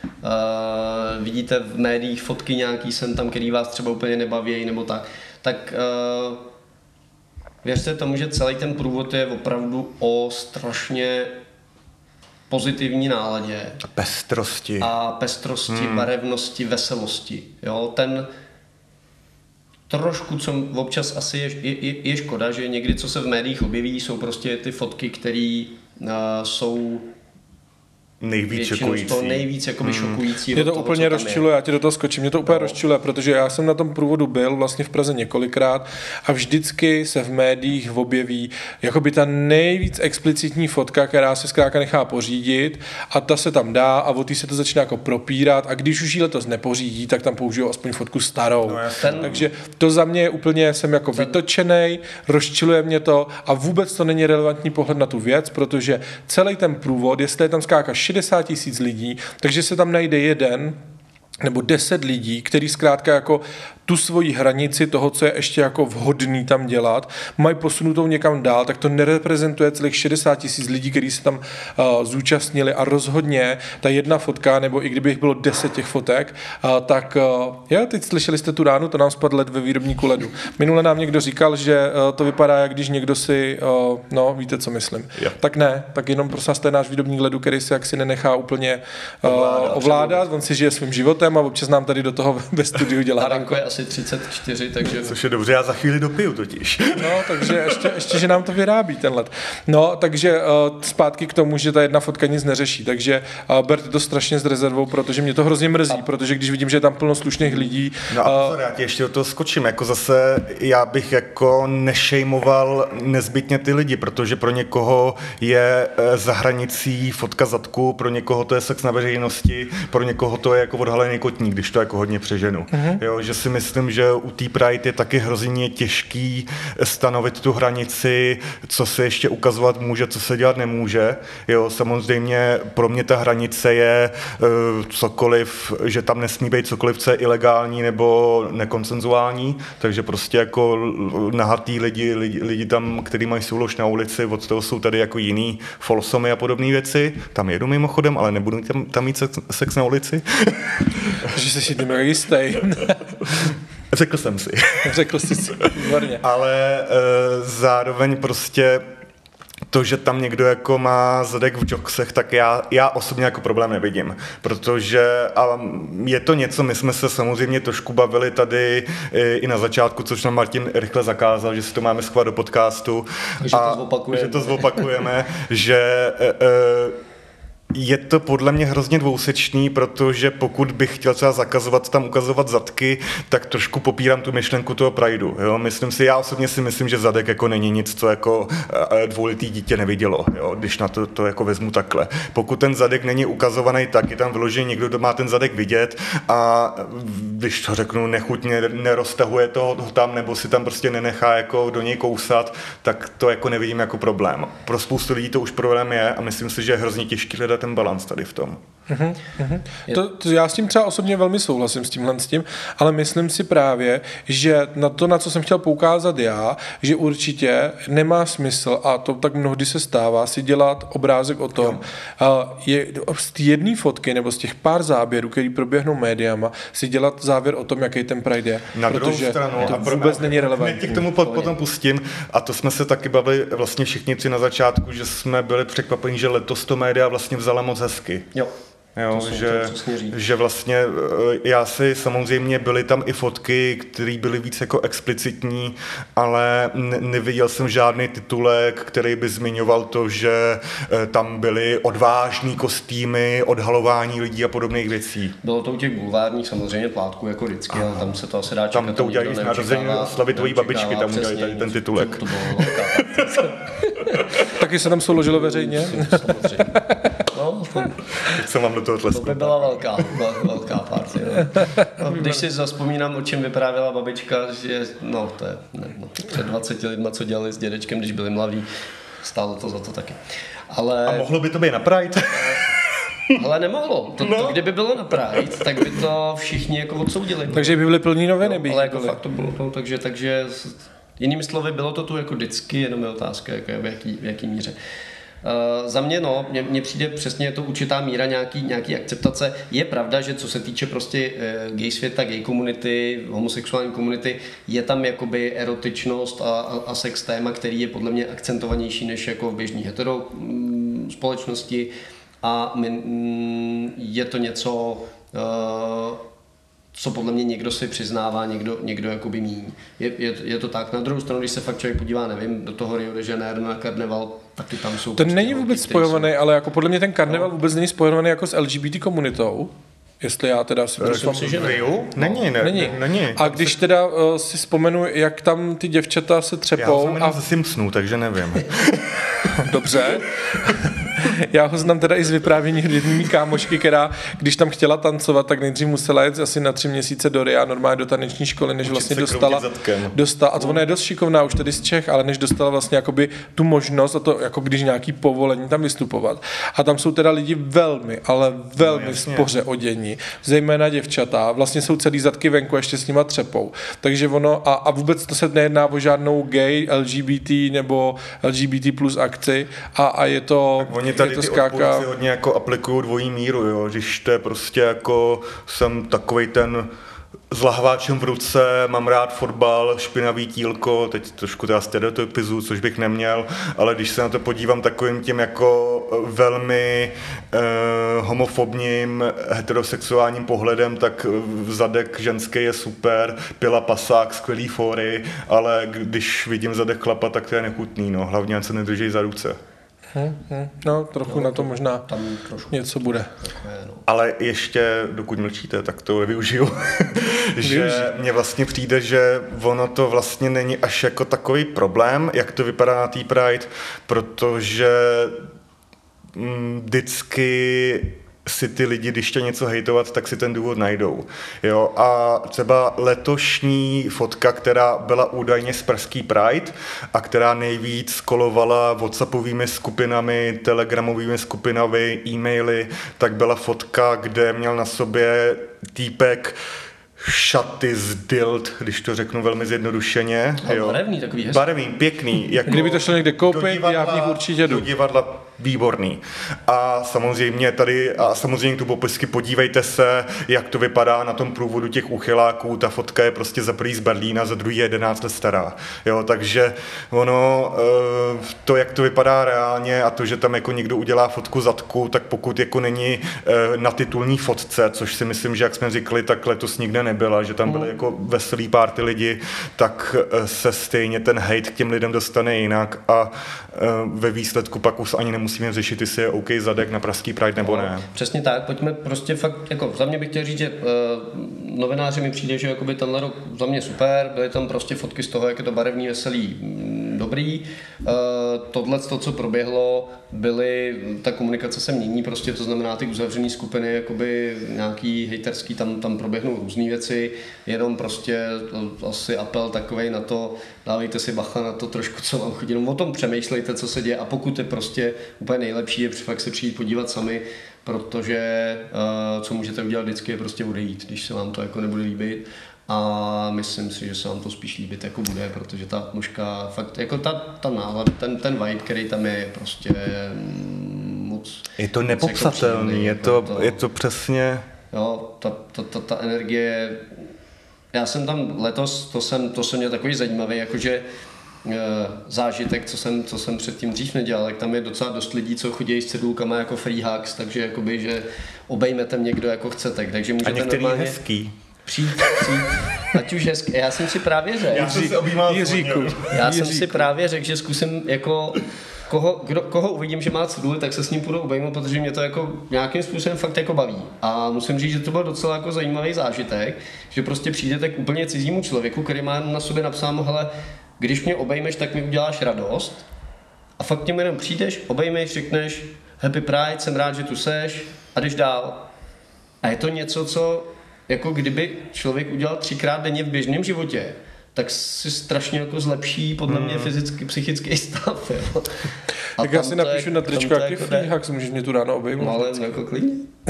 uh, vidíte v médiích fotky nějaký sem tam, který vás třeba úplně nebaví nebo tak, tak uh, věřte tomu, že celý ten průvod je opravdu o strašně pozitivní náladě. A pestrosti. A pestrosti, hmm. barevnosti, veselosti. Jo, ten trošku, co občas asi je, je, je škoda, že někdy, co se v médiích objeví, jsou prostě ty fotky, které uh, jsou nejvíc šokující. To nejvíc jakoby hmm. šokující. Mě to toho, úplně rozčiluje, já ti do toho skočím, mě to úplně no. rozčiluje, protože já jsem na tom průvodu byl vlastně v Praze několikrát a vždycky se v médiích objeví jakoby ta nejvíc explicitní fotka, která se zkrátka nechá pořídit a ta se tam dá a o té se to začíná jako propírat a když už jí letos nepořídí, tak tam použijou aspoň fotku starou. No, ten... Takže to za mě je úplně, jsem jako ten... vytočenej, rozčiluje mě to a vůbec to není relevantní pohled na tu věc, protože celý ten průvod, jestli je tam zkrátka šedesát tisíc lidí, takže se tam najde jeden nebo deset lidí, který zkrátka jako tu svoji hranici toho, co je ještě jako vhodný tam dělat, mají posunutou někam dál, tak to nereprezentuje celých šedesát tisíc lidí, kteří se tam uh, zúčastnili a rozhodně ta jedna fotka, nebo i kdyby jich bylo deset těch fotek, uh, tak uh, já teď slyšeli jste tu ránu, to nám spadl led ve výrobníku ledu. Minule nám někdo říkal, že uh, to vypadá, jak když někdo si, uh, no víte, co myslím. Jo. Tak ne, tak jenom prosím, to je náš výrobník ledu, který si jaksi nenechá úplně uh, ovládat, ovládat, on si žije svým životem a občas nám tady do toho ve studiu dělá. asi třicet čtyři, takže... Což je dobře, já za chvíli dopiju totiž. No, takže ještě, ještě, že nám to vyrábí ten let. No, takže uh, zpátky k tomu, že ta jedna fotka nic neřeší, takže uh, berte to strašně s rezervou, protože mě to hrozně mrzí, protože když vidím, že je tam plno slušných lidí... No a pozor, já ti ještě do toho skočím, jako zase já bych jako nešejmoval nezbytně ty lidi, protože pro někoho je za hranicí fotka zadku, pro někoho to je sex na veřejnosti, pro někoho to je jako odhalený kotník, když to jako hodně přeženu. Mm-hmm. Jo, že si myslím, že u té Pride je taky hrozně těžký stanovit tu hranici, co se ještě ukazovat může, co se dělat nemůže. Jo, samozřejmě pro mě ta hranice je uh, cokoliv, že tam nesmí být cokoliv, co je ilegální nebo nekonsenzuální, takže prostě jako nahatý lidi, lidi, lidi tam, kteří mají soulož na ulici, od toho jsou tady jako jiný folsomy a podobné věci. Tam jedu mimochodem, ale nebudu tam, tam mít sex, sex na ulici. Že jsi si tím jistý. Řekl jsem si. Řekl jsi si, výborně. Ale e, zároveň prostě to, že tam někdo jako má zadek v jogsech, tak já, já osobně jako problém nevidím, protože a je to něco, my jsme se samozřejmě trošku bavili tady i na začátku, což nám Martin rychle zakázal, že si to máme schovat do podcastu. Že a to zopakujeme. Že to zopakujeme, že e, e, je to podle mě hrozně dvousečný, protože pokud bych chtěl třeba zakazovat tam ukazovat zadky, tak trošku popírám tu myšlenku toho prideu. Jo? Myslím si, já osobně si myslím, že zadek jako není nic, co jako dvouletý dítě nevidělo, jo? Když na to, to jako vezmu takhle. Pokud ten zadek není ukazovaný, tak je tam vyložený někdo, kdo má ten zadek vidět a když to řeknu nechutně, neroztahuje to tam, nebo si tam prostě nenechá jako do něj kousat, tak to jako nevidím jako problém. Pro spoustu lidí to už problém je a myslím si, že je hrozně těžký hledat ten balans tady v tom. Uhum, uhum. To, to já s tím třeba osobně velmi souhlasím s tímhle s tím, ale myslím si právě, že na to, na co jsem chtěl poukázat já, že určitě nemá smysl, a to tak mnohdy se stává, si dělat obrázek o tom, je, z té jedné fotky nebo z těch pár záběrů, který proběhnou médiama, si dělat závěr o tom, jaký ten Pride je. Na protože stranu, to vůbec není relevantní. Hned k tomu potom pustím a to jsme se taky bavili vlastně všichni tři na začátku, že jsme byli překvapeni, že letos to média vlastně vzala moc hezky. Jo. Jo, že, že vlastně já si samozřejmě byly tam i fotky, které byly víc jako explicitní, ale ne, neviděl jsem žádný titulek, který by zmiňoval to, že tam byly odvážný kostýmy, odhalování lidí a podobných věcí. Bylo to u těch bulvárních samozřejmě plátků jako vždycky, ale tam se to asi dá čekat. Tam to udělají z narození slavy tvojí babičky, tam udělají tady ten titulek. To, to bylo velká. Taky se tam souložilo veřejně? Samozřejmě. No, to, Teď jsem vám do toho tleskl. To by byla velká, velká party. No. Když si zavzpomínám, o čem vyprávěla babička, že no, to je ne, no, před dvaceti lidma, co dělali s dědečkem, když byli mladí, stálo to za to taky. Ale... A mohlo by to být na Pride? Ale nemohlo. To, no. to, kdyby bylo na Pride, tak by to všichni jako odsoudili. Takže by byly plný noviny. No, ale jako fakt to bylo to, takže, takže jinými slovy, bylo to tu jako vždycky, jenom je otázka, jako v, jaký, v jaký míře. Uh, za mě, no, mně přijde přesně, je to určitá míra nějaký, nějaký akceptace. Je pravda, že co se týče prostě uh, gay světa, gay komunity, homosexuální komunity, je tam jakoby erotičnost a, a, a sex téma, který je podle mě akcentovanější než jako v běžný hetero mm, společnosti a my, mm, je to něco, uh, co podle mě někdo si přiznává, někdo, někdo jakoby míní. Je, je, je to tak. Na druhou stranu, když se fakt člověk podívá, nevím, do toho Rio de Janeiro na karneval, taky tam jsou... Ten není vůbec spojovaný, jsou... ale jako podle mě ten karneval no. vůbec není spojovaný jako s L G B T komunitou. Jestli já teda si myslím, si, že ne. Není, ne, není. není. A když teda uh, si vzpomenu, jak tam ty děvčata se třepou... Já jsem a... ze Simpsonů, takže nevím. Dobře. Já ho znám teda i z vyprávění jedné mý kámošky, která, když tam chtěla tancovat, tak nejdřív musela jet asi na tři měsíce do Ria, normálně do taneční školy, než vlastně dostala, dostala, a to ona je dost šikovná už tady z Čech, ale než dostala vlastně jakoby tu možnost, a to jako když nějaký povolení tam vystupovat. A tam jsou teda lidi velmi, ale velmi no, spoře odění, zejména děvčata, vlastně jsou celý zadky venku, ještě s nima třepou. Takže ono, a, a vůbec to se nejedná o žádnou gay, L G B T nebo L G B T plus akci a, a je to... Oni tady ty odpůrci hodně jako aplikují dvojí míru, jo, když to je prostě jako jsem takovej ten s lahváčem v ruce, mám rád fotbal, špinavý tílko, teď trošku teda stereotypizu, což bych neměl, ale když se na to podívám takovým tím jako velmi eh, homofobním, heterosexuálním pohledem, tak zadek ženský je super, pila pasák, skvělý fóry, ale když vidím zadek chlapa, tak to je nechutný, no, hlavně se nedrží za ruce. Hmm, hmm. No, trochu no, na to možná tam trošku něco bude. No. Ale ještě, dokud mlčíte, tak to využiju, že mně vlastně přijde, že ono to vlastně není až jako takový problém, jak to vypadá na té Pride, protože mm, vždycky si ty lidi, když chtějí něco hejtovat, tak si ten důvod najdou. Jo? A třeba letošní fotka, která byla údajně z pražský Pride a která nejvíc kolovala whatsappovými skupinami, telegramovými skupinami, e-maily, tak byla fotka, kde měl na sobě týpek šaty z dild, když to řeknu velmi zjednodušeně. Jo. Barevný, takový hezký. Barevný, pěkný. Jako kdyby to šlo někde koupit, já v nich určitě jdu. Do divadla výborný. A samozřejmě tady, a samozřejmě tu popisky, podívejte se, jak to vypadá na tom průvodu těch uchyláků. Ta fotka je prostě za prvý z Berlína, za druhý je jedenáct let stará. Jo, takže ono, to, jak to vypadá reálně a to, že tam jako někdo udělá fotku zadku, tak pokud jako není na titulní fotce, což si myslím, že jak jsme říkali, tak letos nikde nebyla, že tam byly jako veselý párty lidi, tak se stejně ten hejt k těm lidem dostane jinak a ve výsledku pak už ani nemusíme řešit, jestli je OK zadek na pražský Pride nebo ne. Přesně tak, pojďme prostě fakt, jako za mě bych chtěl říct, že uh, novináři mi přijde, že jakoby tenhle rok za mě super, byly tam prostě fotky z toho, jak je to barevný, veselý, dobrý. Uh, tohle, to, co proběhlo, byly, ta komunikace se mění, prostě to znamená ty uzavřené skupiny, jakoby nějaký hejterský, tam, tam proběhnou různé věci, jenom prostě to, asi apel takovej na to, dávejte si bacha na to trošku, co vám chodí, jenom o tom přemýšlejte, co se děje a pokud je prostě úplně nejlepší, je fakt se přijít podívat sami, protože uh, co můžete udělat vždycky je prostě odejít, když se vám to jako nebude líbit. A myslím si, že se vám to spíš líbit jako bude, protože ta atmosféra, fakt jako ta, ta nálada, ten, ten vibe, který tam je, je prostě moc... Je to nepopsatelný, je to, to, je to přesně... Jo, ta, ta, ta, ta energie... Já jsem tam letos, to jsem, to jsem měl takový zajímavý, jakože zážitek, co jsem, co jsem předtím dřív nedělal, jak tam je docela dost lidí, co chodí s cedulkama jako free hugs, takže jakoby, že obejmete mě, kdo jako chcete, takže můžete normálně... A některý normálně... hezký. Přijít, přijít, ať už hezky. Já jsem si právě řekl, já, jsem si Jiříku. já jsem si právě řekl, že zkusím jako koho, kdo, koho uvidím, že má ceduli, tak se s ním půjdu obejmout, protože mě to jako nějakým způsobem fakt jako baví. A musím říct, že to byl docela jako zajímavý zážitek, že prostě přijdete k úplně cizímu člověku, který má na sobě napsáno, hele, když mě obejmeš, tak mi uděláš radost. A fakt těm jenom přijdeš, obejmeš, řekneš Happy Pride, jsem rád, že tu seš a jdeš dál. A je to něco, co jako kdyby člověk udělal třikrát denně v běžném životě, tak si strašně jako zlepší podle mě fyzický, psychický stav. Jo. A tak já si napíšu na tričko, jaký free hugs, můžeš mě tu ráno obejmout. No ale jako klidně.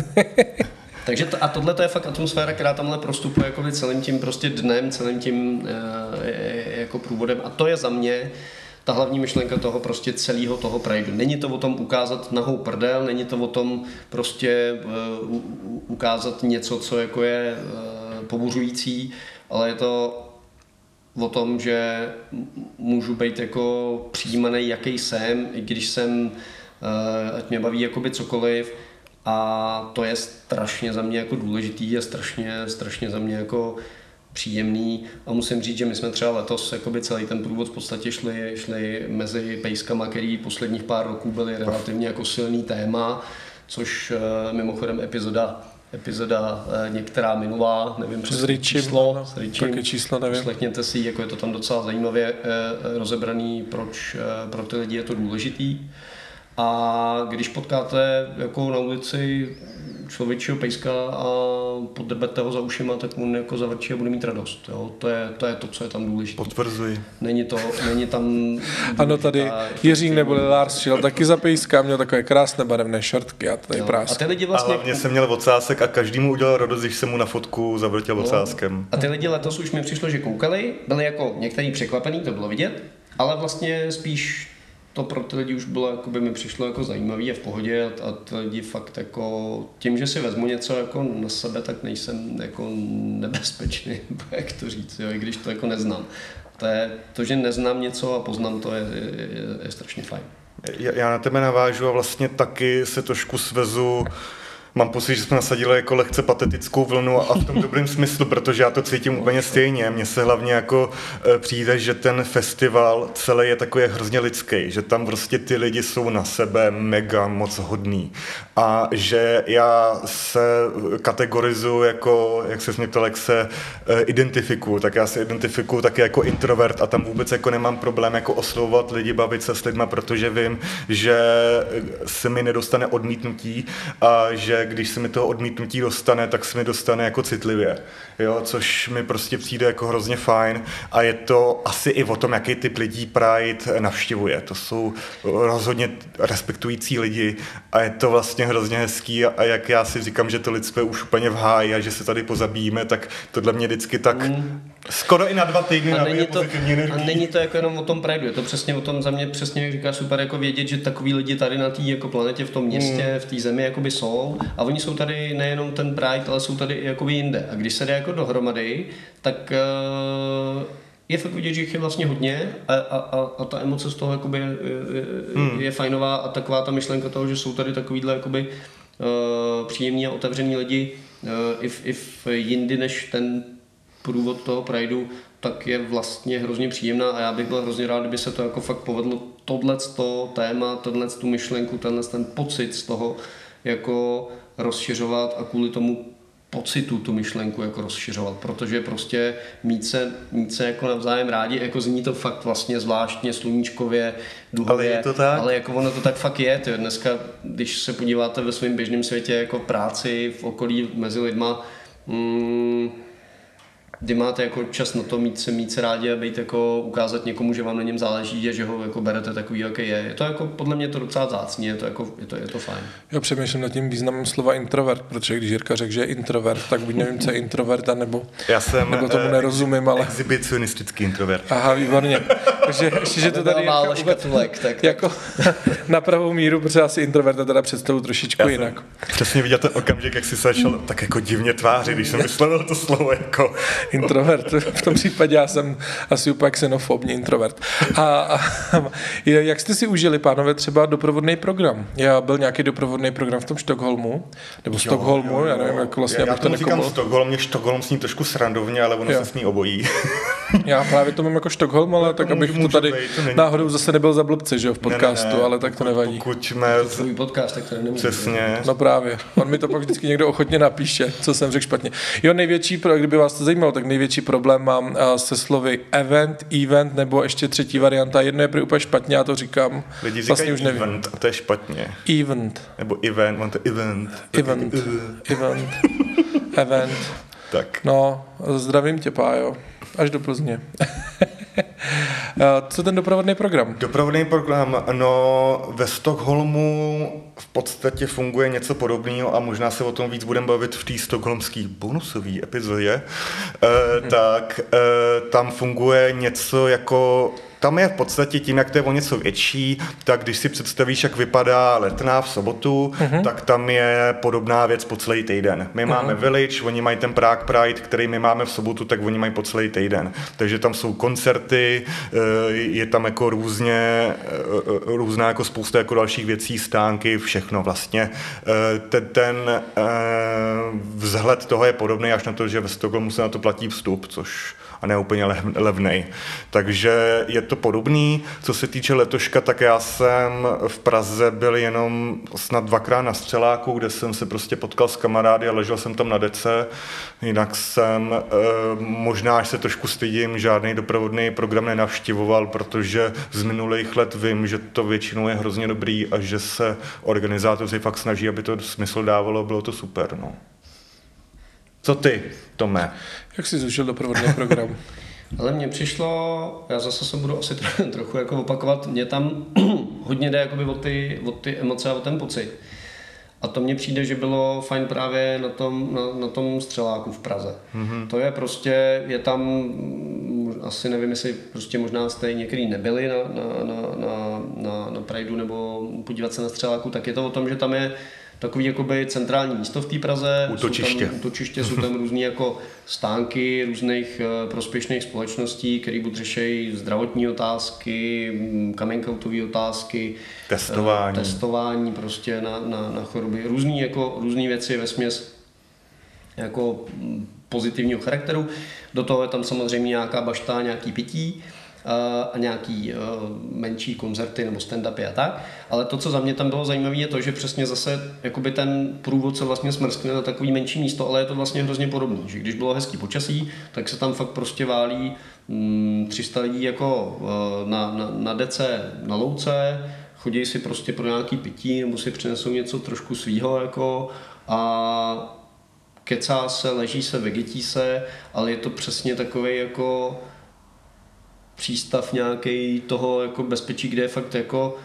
Takže to, a tohle to je fakt atmosféra, která tamhle prostupuje jako celým tím prostě dnem, celým tím e, jako průvodem a to je za mě ta hlavní myšlenka toho prostě celého toho Prideu. Není to o tom ukázat nahou prdel, není to o tom prostě uh, ukázat něco, co jako je uh, pobuřující, ale je to o tom, že můžu být jako přijímaný, jaký jsem, i když jsem, uh, ať mě baví jakoby cokoliv, a to je strašně za mě jako důležitý a strašně, strašně za mě jako příjemný a musím říct, že my jsme třeba letos jakoby celý ten průvod v podstatě šli, šli mezi pejskama, který posledních pár roků byly relativně jako silný téma, což mimochodem epizoda, epizoda některá minulá, nevím přesně číslo, no, s Richim, taky číslo nevím. Poslechněte si, jako je to tam docela zajímavě rozebraný, proč pro ty lidi je to důležitý. A když potkáte jako na ulici člověčího pejska a podrbete ho za ušima, tak mu jako zavrčí a bude mít radost. Jo? To, je, to je to, co je tam důležité. Potvrzuji. Není to, není tam... Ano, tady Jiřík neboli Lars šel taky za pejska, měl takové krásné barevné šortky a tady prásky. A ty lidi vlastně... A hlavně jsem měl ocásek a každý mu udělal radost, když jsem mu na fotku zavrtěl no. ocáskem. A ty lidi letos už mi přišlo, že koukali, byli jako některý překvapený, to bylo vidět, ale vlastně spíš to pro ty lidi už bylo, jakoby mi přišlo jako zajímavý a v pohodě a, a ty lidi fakt jako tím, že si vezmu něco jako na sebe, tak nejsem jako nebezpečný, jak to říct, jo, i když to jako neznám. To, je, to, že neznám něco a poznám to, je, je, je, je strašně fajn. Já na tebe navážu a vlastně taky se trošku svezu. Mám pocit, že jsme nasadili jako lehce patetickou vlnu a v tom dobrém smyslu, protože já to cítím úplně stejně. Mně se hlavně jako přijde, že ten festival celý je takový hrozně lidský, že tam prostě ty lidi jsou na sebe mega moc hodný a že já se kategorizuju jako, jak se mě ptal, jak se identifikuju, tak já se identifikuju taky jako introvert a tam vůbec jako nemám problém jako oslovovat lidi, bavit se s lidma, protože vím, že se mi nedostane odmítnutí a že když se mi toho odmítnutí dostane, tak se mi dostane jako citlivě, jo, což mi prostě přijde jako hrozně fajn a je to asi i o tom, jaký typ lidí Pride navštěvuje. To jsou rozhodně respektující lidi a je to vlastně hrozně hezký a jak já si říkám, že to lidstvo je už úplně v háji a že se tady pozabíjíme, tak tohle mě vždycky tak mm. skoro i na dva týdny a nabije to, pozitivní energii. A není to jako jenom o tom Prideu, je to přesně o tom, za mě přesně, jak říkáš, super jako vědět, že takový lidi tady na té jako planetě, v tom městě, mm. v té zemi jakoby jsou a oni jsou tady nejenom ten Pride, ale jsou tady i jakoby jinde. A když se jde jako dohromady, tak uh, je fakt vidět, že jich je vlastně hodně a, a, a, a ta emoce z toho jakoby je, je, mm. je fajnová a taková ta myšlenka toho, že jsou tady takovýhle jakoby uh, příjemní a otevření lidi uh, i, v, i v jindy než ten průvod toho Prideu, tak je vlastně hrozně příjemná a já bych byl hrozně rád, kdyby se to jako fakt povedlo tohleto téma, tohleto myšlenku, tenhle ten pocit z toho jako rozšiřovat a kvůli tomu pocitu tu myšlenku jako rozšiřovat, protože prostě mít se, mít se jako navzájem rádi, jako zní to fakt vlastně zvláštně sluníčkově, duhově, ale, je to tak? ale jako ono to tak fakt je, tyjo. Dneska, když se podíváte ve svém běžném světě jako práci, v okolí mezi lidma, mm, kdy máte jako čas na to mít se, mít se rádi a být jako ukázat někomu, že vám na něm záleží a že ho jako berete takový, jaký je. Je to jako, podle mě to docela vzácný, je to jako, je to, je to fajn. Já přemýšlím nad tím významem slova introvert, protože když Jirka řekl, že je introvert, tak buď nevím, co je introvert, nebo, Já jsem, nebo tomu nerozumím, ale... exhibicionistický introvert. Aha, výborně. Takže ještě, že to tady Jirka škatulek, tak, jako na pravou míru, protože asi introverta teda představu trošičku Já jinak. Přesně viděl ten okamžik, jak si se začal tak jako divně tvářit, když jsem vyslovil to slovo jako... Introvert. V tom případě já jsem asi úplně xenofobní introvert. A, a jak jste si užili, pánové, třeba doprovodný program? Já byl nějaký doprovodný program v tom Štokholmu, nebo Stockholmu, jo, jo, jo. Já nevím, jak vlastně, já, abych to Já říkám nekopl. Stockholm, mě Stockholm sní trošku srandovně, ale ono jo. se sní obojí. Já právě to mám jako Stockholm, ale tak abych to tady být, to náhodou zase nebyl za blbce, že jo, v podcastu, ne, ne, ne. ale tak to nevadí. Pokud jsme... Tvůj podcast, tak to nemůžu. Přesně. No právě. On mi to pak vždycky někdo ochotně napíše, co jsem řekl špatně. Jo, největší, kdyby vás to zajímalo, tak největší problém mám se slovy event, event, nebo ještě třetí varianta. Jedno je prý úplně špatně, já to říkám. Lidi vlastně říkají už event a to je špatně. Event. Nebo event, mám to event. Event. Event. Event. Tak. No, zdravím tě, Pájo. Až do Plzně. Co ten doprovodný program? Doprovodný program, no ve Stockholmu v podstatě funguje něco podobného a možná se o tom víc budeme bavit v té stockholmské bonusové epizodě, e, hmm. tak e, tam funguje něco jako... Tam je v podstatě tím, jak to je o něco větší, tak když si představíš, jak vypadá Letná v sobotu, uh-huh. tak tam je podobná věc po celý týden. My uh-huh. máme Village, oni mají ten Prague Pride, který my máme v sobotu, tak oni mají po celý týden. Takže tam jsou koncerty, je tam jako různě, různá jako spousta jako dalších věcí, stánky, všechno vlastně. Ten, ten vzhled toho je podobný až na to, že ve Stockholmu se na to platí vstup, což a ne úplně levnej. Takže je to podobný. Co se týče letoška, tak já jsem v Praze byl jenom snad dvakrát na Střeláku, kde jsem se prostě potkal s kamarády a ležel jsem tam na dece. Jinak jsem, možná až se trošku stydím, žádný doprovodný program nenavštěvoval, protože z minulých let vím, že to většinou je hrozně dobrý a že se organizátoři fakt snaží, aby to smysl dávalo, bylo to super. No. Co ty, Tome? Jak jsi zužil doprovodný program? Ale mně přišlo, já zase se budu asi trochu jako opakovat, mě tam hodně jde jakoby o ty, o ty emoce a o ten pocit. A to mně přijde, že bylo fajn právě na tom, na, na tom Střeláku v Praze. Mm-hmm. To je prostě, je tam, asi nevím, jestli prostě možná jste některý nebyli na, na, na, na, na, na Prideu nebo podívat se na Střeláku, tak je to o tom, že tam je takový jakoby centrální místo v té Praze. Útočiště. Jsou tam, útočiště, jsou tam různý jako stánky různých uh, prospěšných společností, které buď řeší zdravotní otázky, coming-outové otázky, testování, uh, testování prostě na, na, na choroby, různý, jako, různý věci vesměs jako pozitivního charakteru. Do toho je tam samozřejmě nějaká bašta, nějaký pití a nějaký menší koncerty nebo stand-upy a tak. Ale to, co za mě tam bylo zajímavé, je to, že přesně zase jakoby ten průvod se vlastně smrskne na takový menší místo, ale je to vlastně hrozně podobný. Že když bylo hezký počasí, tak se tam fakt prostě válí tři sta lidí jako na, na, na dece na louce, chodí si prostě pro nějaký pití nebo si přinesou něco trošku svýho jako a kecá se, leží se, vegetí se, ale je to přesně takový jako přístav nějaký toho jako bezpečí, kde je fakt jako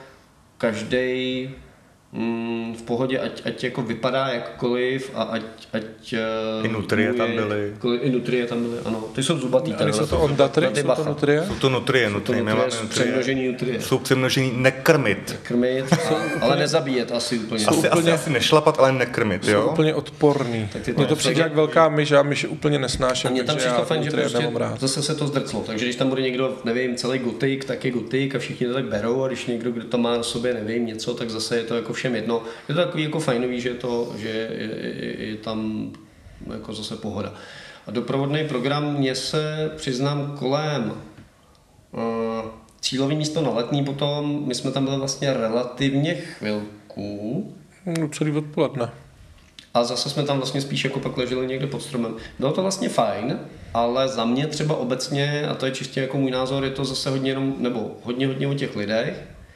každej mm, v pohodě, ať, ať jako vypadá jakkoliv a ať... ať I nutrie tam byly. I nutrie tam byly, ano. Ty jsou zubatý. Ale jsou to ondatry, jsou to nutrie? Jsou to nutrie, nutrie. Jsou přemnožený nutrie. Jsou přemnožený nekrmit. Nekrmit, ale nezabíjet asi úplně. Asi, úplně, asi, asi nešlapat, ale nekrmit, jo? Jsou úplně odporný. Mně to přijde jak velká myš, já myš úplně nesnáším. A mě tam přišlo fajn, že prostě zase se to zdrclo. Takže když tam bude někdo, nevím, celý gotik, tak je gotik a všichni to tak berou a když někdo, kdo to má na sobě, nevím, něco, tak zase je to jako všem jedno. Je to takový jako fajnový, že, to, že je, je, je tam jako zase pohoda. A doprovodný program mě se přiznám kolem uh, cílový místo na Letný potom, my jsme tam byli vlastně relativně chvilku. No, celý odpoledne. A zase jsme tam vlastně spíš jako pak leželi někde pod stromem. Bylo to vlastně fajn, ale za mě třeba obecně, a to je čistě jako můj názor, je to zase hodně jenom, nebo hodně hodně o těch lidech.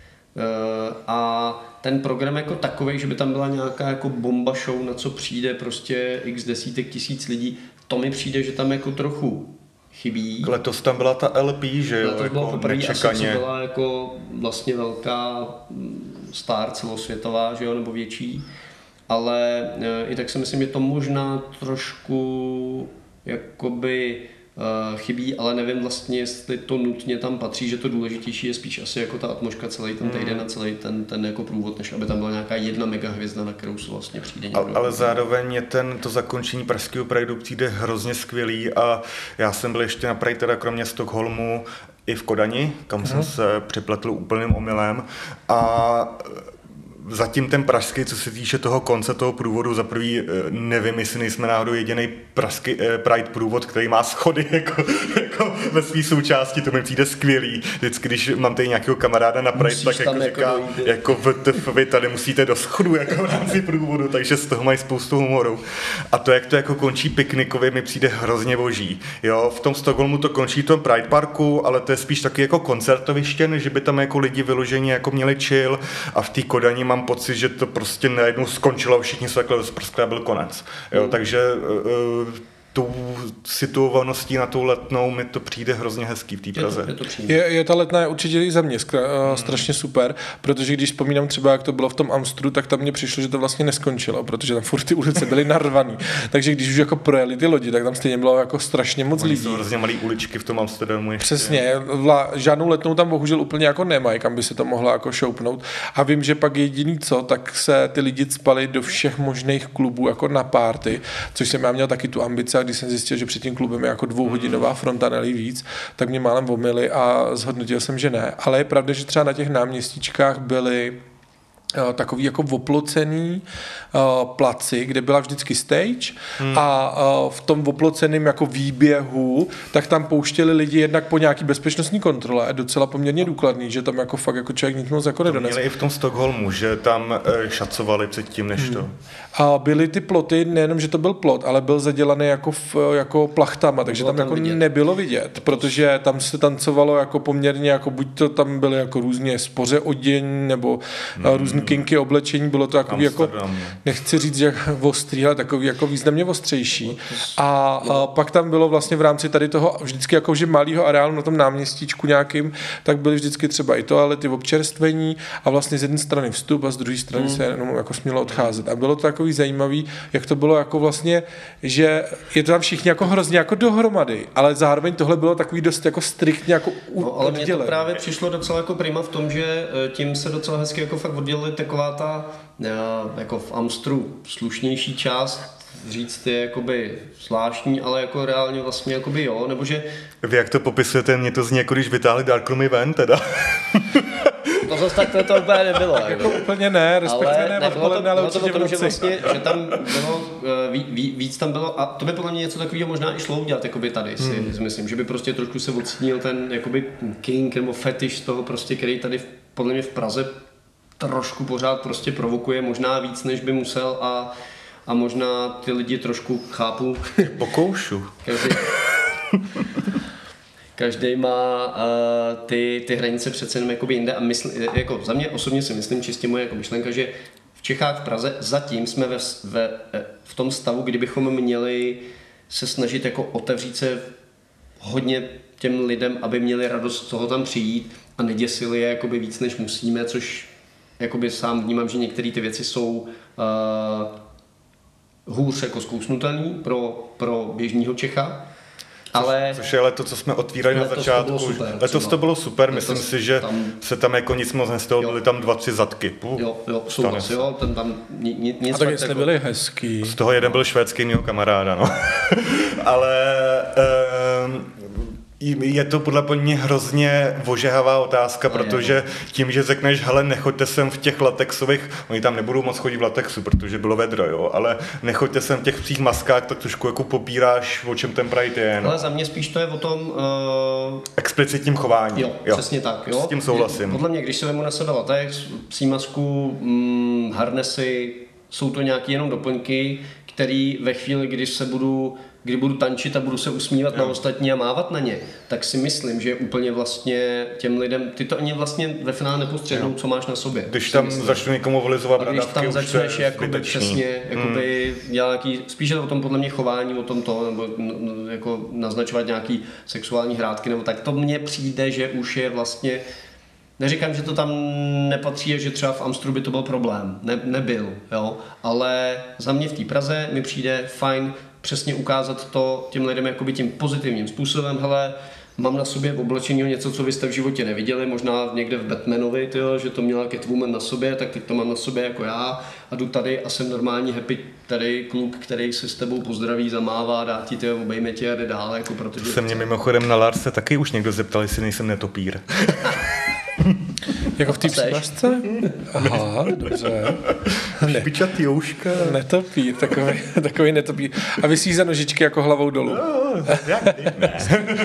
Uh, a ten program jako takovej, že by tam byla nějaká jako bomba show, na co přijde prostě x desítek tisíc lidí, to mi přijde, že tam jako trochu chybí. Letos tam byla ta L P, že jo, to jako bylo poprvé, nečekaně. asi byla jako vlastně velká star celosvětová, že jo, nebo větší, ale uh, i tak si myslím, že to možná trošku jakoby Uh, chybí, ale nevím vlastně, jestli to nutně tam patří, že to důležitější je spíš asi jako ta atmosféra celý ten týden a celý ten, ten jako průvod, než aby tam byla nějaká jedna mega hvězda, na kterou se vlastně přijde někdo. Ale, ale zároveň je ten, to zakončení pražského Prideu přijde hrozně skvělý a já jsem byl ještě na Pride teda kromě Stockholmu i v Kodani, kam hmm. jsem se připletl úplným omylem a zatím ten pražský, co se týče toho konce toho průvodu, za prvý nevím, jestli nejsme náhodou jediný pražský Pride průvod, který má schody jako, jako ve své součásti, to mi přijde skvělý. Vždycky, když mám tady nějakého kamaráda na Pride, musíš tak jako říká, jako, jako V T F, vy tady musíte do schodu jako v rámci průvodu, takže z toho mají spoustu humoru. A to, jak to jako končí piknikově, mi přijde hrozně boží. Jo, v tom Stockholmu to končí v tom Pride parku, ale to je spíš taky jako koncertoviště, než by tam jako lidi vyloženě jako měli chill a v té Kodani mám pocit, že to prostě najednou skončilo, všichni jsou takhle rozprskli a byl konec. Jo, hmm. Takže uh, tou situovaností na tou Letnou mi to přijde hrozně hezký v té Praze. Je, to, je, to je, je ta Letná je určitě i za mě skra, hmm. strašně super, protože když vzpomínám třeba, jak to bylo v tom Amstru, tak tam mně přišlo, že to vlastně neskončilo, protože tam furt ty ulice byly narvaný. Takže když už jako projeli ty lodi, tak tam stejně bylo jako strašně moc lidí. Jsou hrozně malý uličky v tom Amsterdamu ještě. Přesně, vla, žádnou Letnou tam bohužel úplně jako nemají, kam by se to mohlo jako šoupnout. A vím, že pak jediný co, tak se ty lidi cpali do všech možných klubů jako na party, což jsem já měl taky tu ambici. Když jsem zjistil, že před tím klubem je jako dvouhodinová fronta, ne víc, tak mě málem omyli a zhodnotil jsem, že ne. Ale je pravda, že třeba na těch náměstíčkách byly takový jako oplocený uh, placi, kde byla vždycky stage hmm. a uh, v tom oploceném jako výběhu, tak tam pouštěli lidi jednak po nějaký bezpečnostní kontrole, docela poměrně důkladný, že tam jako fakt jako člověk nic moc jako nedones. Měli i v tom Stockholmu, že tam uh, šacovali předtím, než to. Hmm. A byly ty ploty, nejenom, že to byl plot, ale byl zadělaný jako, v, jako plachtama, takže tam, tam jako vidět. Nebylo vidět, protože tam se tancovalo jako poměrně, jako buď to tam byly jako různě spoře oděň, nebo hmm. různý kinky oblečení, bylo to takový jako, nechci říct, že ostrý, ale takový jako významně ostřejší. A, a pak tam bylo vlastně v rámci tady toho vždycky jako, že malého areálu na tom náměstíčku nějakým, tak byly vždycky třeba i toalety, občerstvení a vlastně z jedné strany vstup a z druhé strany hmm. se jenom jako smělo odcházet. A bylo to takový zajímavý, jak to bylo jako vlastně, že je to tam všichni jako hrozně jako dohromady, ale zároveň tohle bylo takový dost jako striktně jako no, ale mně to právě přišlo docela jako prima v tom, že tím se docela hezky jako fakt oddělili taková ta jako v Amstru slušnější část, říct je jakoby zvláštní, ale jako reálně vlastně jakoby jo, nebo že... Vy jak to popisujete, mě to zní jako když vytáhli Darkroomy ven teda. To zase tak to, to úplně nebylo. Jako úplně ne, respektive ne, odpoledne, ale určitě v noci. Že, vlastně, že tam bylo, ví, ví, víc tam bylo, a to by podle mě něco takového možná i šlo udělat, jakoby tady si hmm. myslím, že by prostě trošku se odstínil ten jakoby king nebo fetiš toho prostě, který tady podle mě v Praze trošku pořád prostě provokuje, možná víc, než by musel a, a možná ty lidi trošku chápu. Pokoušu. Každý, každý má uh, ty, ty hranice přece jenom jakoby jinde a mysl, jako za mě osobně si myslím, čistě moje jako myšlenka, že v Čechách, v Praze zatím jsme ve, ve, v tom stavu, kdybychom měli se snažit jako otevřít se hodně těm lidem, aby měli radost z toho tam přijít a neděsili je jakoby víc, než musíme, což jakoby sám vnímám, že některé ty věci jsou uh, hůř jako zkousnutelný pro, pro běžného Čecha. Ale což je ale to, co jsme otvírali na začátku. To super, letos to bylo super, letos myslím si, že tam, se tam jako nic moc nestalo, byly tam dva, tři zadky. Puh, jo, jo, souhlas, jo, ten tam ni, nic. A tak jste jako... byli hezký. Z toho jeden byl švédský mýho kamaráda, no. Ale... Um, je to podle mě hrozně ožehavá otázka, protože tím, že řekneš, hele, nechoďte sem v těch latexových, oni tam nebudou moc chodit v latexu, protože bylo vedro, jo, ale nechoďte sem v těch psích maskách, tak trošku jako popíráš, o čem ten Pride je. No. Ale za mě spíš to je o tom... Uh... explicitním chování. Jo, jo, přesně tak, jo. S tím souhlasím. Podle mě, když se vemu na sebe latex, psí masku, mm, harnesy, jsou to nějaké jenom doplňky, který ve chvíli, když se budu kdy budu tančit a budu se usmívat jo. na ostatní a mávat na ně, tak si myslím, že úplně vlastně těm lidem, ty to ani vlastně ve finále nepostřehnou, jo. co máš na sobě. Když tam myslím. začnu někomu volizovat bradavky, když tam začneš jakoby přesně, jakoby hmm. nějaký, spíš je to o tom podle mě chování, o tom to, nebo no, jako naznačovat nějaký sexuální hrátky, nebo tak, to mně přijde, že už je vlastně, neříkám, že to tam nepatří, že třeba v Amstru by to byl problém, ne, nebyl, jo, ale za mě v té Praze mi přijde fajn přesně ukázat to těm lidem jakoby tím pozitivním způsobem, hele, mám na sobě oblečení něco, co vy jste v životě neviděli, možná někde v Batmanovi, tyjo, že to měla Catwoman na sobě, tak teď to mám na sobě jako já a jdu tady a jsem normální happy tady kluk, který se s tebou pozdraví, zamává, dá ti tyjo, obejme tě a jde dál, jako protože... Se mě mimochodem na Larse taky už někdo zeptal, jestli nejsem netopír. Jako v té přímažce? Aha, dobře. Špičatý jouška. Netopír, takový, takový netopír. A vysí za nožičky jako hlavou dolů. No, jak ne.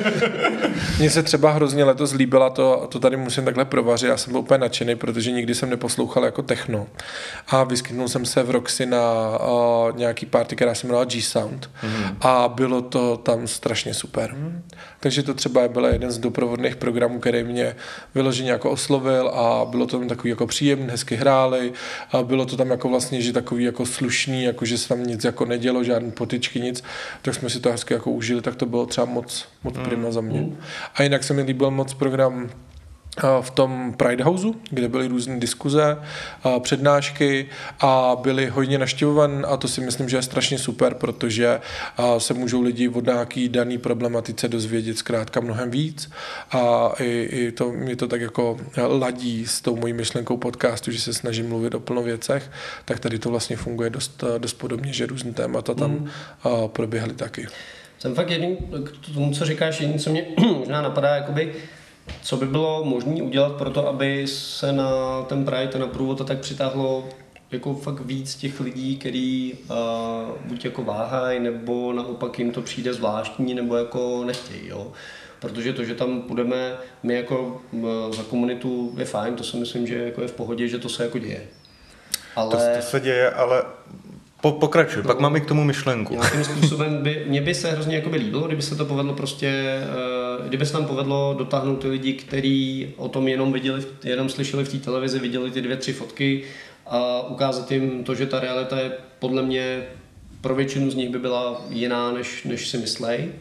Mně se třeba hrozně letos líbila to, to tady musím takhle provařit, já jsem byl úplně nadšený, protože nikdy jsem neposlouchal jako techno. A vyskytnul jsem se v Roxy na uh, nějaký party, která se jmenovala G-Sound. Mm. A bylo to tam strašně super. Mm. Takže to třeba byl jeden z doprovodných programů, který mě vyloženě jako oslovil a bylo to tam takový jako příjemný, hezky hráli a bylo to tam jako vlastně, že takový jako slušný, jako že se tam nic jako nedělo, žádný potyčky, nic, tak jsme si to hezky jako užili, tak to bylo třeba moc, moc mm. prima za mě. Mm. A jinak se mi líbil moc program v tom Pride Houseu, kde byly různé diskuze, přednášky a byly hodně navštěvované a to si myslím, že je strašně super, protože se můžou lidi od nějaký daný problematice dozvědět zkrátka mnohem víc a i, i to mě to tak jako ladí s tou mojí myšlenkou podcastu, že se snažím mluvit o plno věcech, tak tady to vlastně funguje dost, dost podobně, že různé témata tam mm. proběhly taky. Jsem fakt jedním, k tomu, co říkáš, jedním, co mě možná napadá, jakoby co by bylo možné udělat pro to, aby se na ten Pride a na průvod tak přitáhlo jako fakt víc těch lidí, kteří uh, buď jako váhají, nebo naopak jim to přijde zvláštní, nebo jako nechtějí, jo. Protože to, že tam půjdeme my jako uh, za komunitu je fajn, to si myslím, že jako je v pohodě, že to se jako děje. Ale... To, to se děje, ale po, pokračuj, no, pak mám i k tomu myšlenku. Nějakým způsobem by, mě by se hrozně jako by líbilo, kdyby se to povedlo prostě, kdyby se tam povedlo dotáhnout ty lidi, kteří o tom jenom viděli, jenom slyšeli v té televizi, viděli ty dvě, tři fotky a ukázat jim to, že ta realita je podle mě pro většinu z nich by byla jiná, než, než si myslej.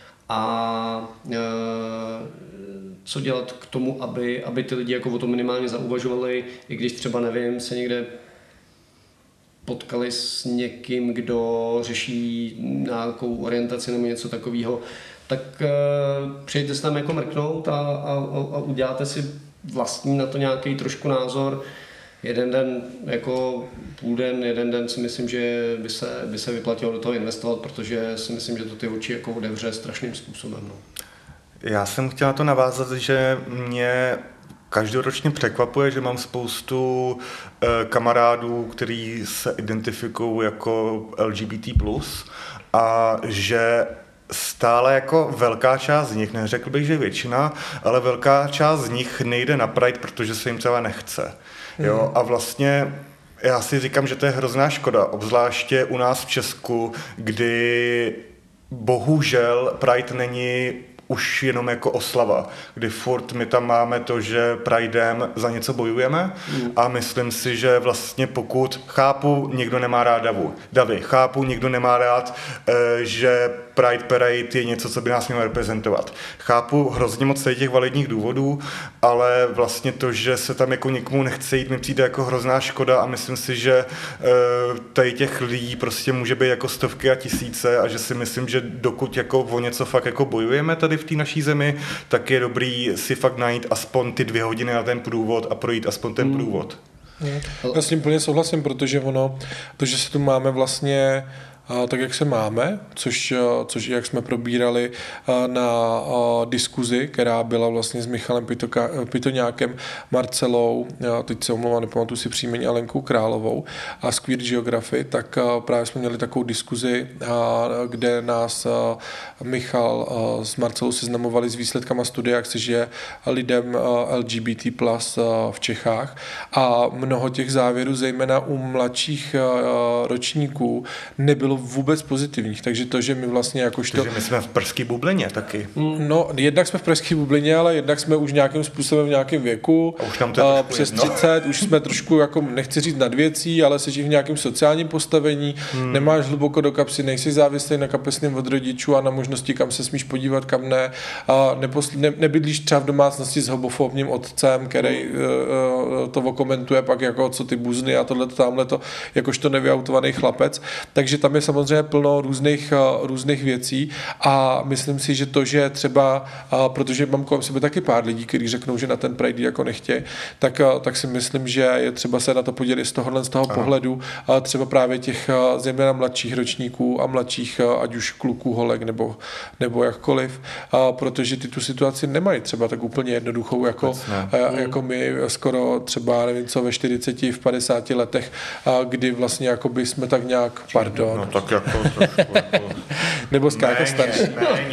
A e, co dělat k tomu, aby, aby ty lidi jako o tom minimálně zauvažovali, i když třeba, nevím, se někde potkali s někým, kdo řeší nějakou orientaci nebo něco takového, tak e, přijďte se tam jako mrknout a, a, a uděláte si vlastní na to nějaký trošku názor. Jeden den, jako půl den, jeden den si myslím, že by se, by se vyplatilo do toho investovat, protože si myslím, že to ty oči jako otevře strašným způsobem. No. Já jsem chtěl na to navázat, že mě každoročně překvapuje, že mám spoustu eh, kamarádů, kteří se identifikují jako L G B T plus, a že stále jako velká část z nich, neřekl bych, že většina, ale velká část z nich nejde na Pride, protože se jim třeba nechce. Jo, a vlastně já si říkám, že to je hrozná škoda, obzvláště u nás v Česku, kdy bohužel Pride není už jenom jako oslava, kdy furt my tam máme to, že Pridem za něco bojujeme mm. a myslím si, že vlastně pokud chápu, někdo nemá rád davu, davy, chápu, někdo nemá rád, že Pride Parade je něco, co by nás mělo reprezentovat. Chápu hrozně moc těch validních důvodů, ale vlastně to, že se tam jako někomu nechce jít, mi přijde jako hrozná škoda a myslím si, že tady těch lidí prostě může být jako stovky a tisíce a že si myslím, že dokud jako o něco fakt jako bojujeme tady v té naší zemi, tak je dobrý si fakt najít aspoň ty dvě hodiny na ten průvod a projít aspoň ten průvod. Hmm. Já s tím plně souhlasím, protože ono, to, že se tu máme vlastně tak, jak se máme, což, což jak jsme probírali na diskuzi, která byla vlastně s Michalem Pitoka, Pitoňákem, Marcelou, teď se omlouvám, nepamatuji si příjmení, Alenkou Královou a z Queer Geography, tak právě jsme měli takovou diskuzi, kde nás Michal s Marcelou seznamovali s výsledkama studia, jak se žije lidem L G B T plus v Čechách, a mnoho těch závěrů, zejména u mladších ročníků, nebylo vůbec pozitivních, takže to, že my vlastně jakožto... Takže my jsme v pražské bublině taky. No, jednak jsme v pražské bublině, ale jednak jsme už nějakým způsobem v nějakém věku. A už tam to je trošku přes jedno. třicet, už jsme trošku, jako nechci říct nad věcí, ale jsi v nějakém sociálním postavení, hmm. nemáš hluboko do kapsy, nejsi závislý na kapesném od rodičů a na možnosti, kam se smíš podívat, kam ne. A neposl- ne, nebydlíš třeba v domácnosti s homofobním otcem, který hmm. uh, to okomentuje pak jako co ty buzny a tohleto, tamhleto, jakožto nevyautovaný chlapec. Takže tam je samozřejmě plno různých, různých věcí a myslím si, že to, že třeba, protože mám kolem sebe taky pár lidí, kteří řeknou, že na ten Pride jako nechtějí, tak, tak si myslím, že je třeba se na to podělit z tohohle z toho Aha. pohledu, třeba právě těch zejména mladších ročníků a mladších, ať už kluků, holek nebo, nebo jakkoliv, protože ty tu situaci nemají třeba tak úplně jednoduchou, jako, jako my skoro třeba, nevím co, ve čtyřiceti, v padesáti letech, kdy vlastně jakoby jsme tak nějak, pardon, no, tak jako trošku jako... nebo skáka starší.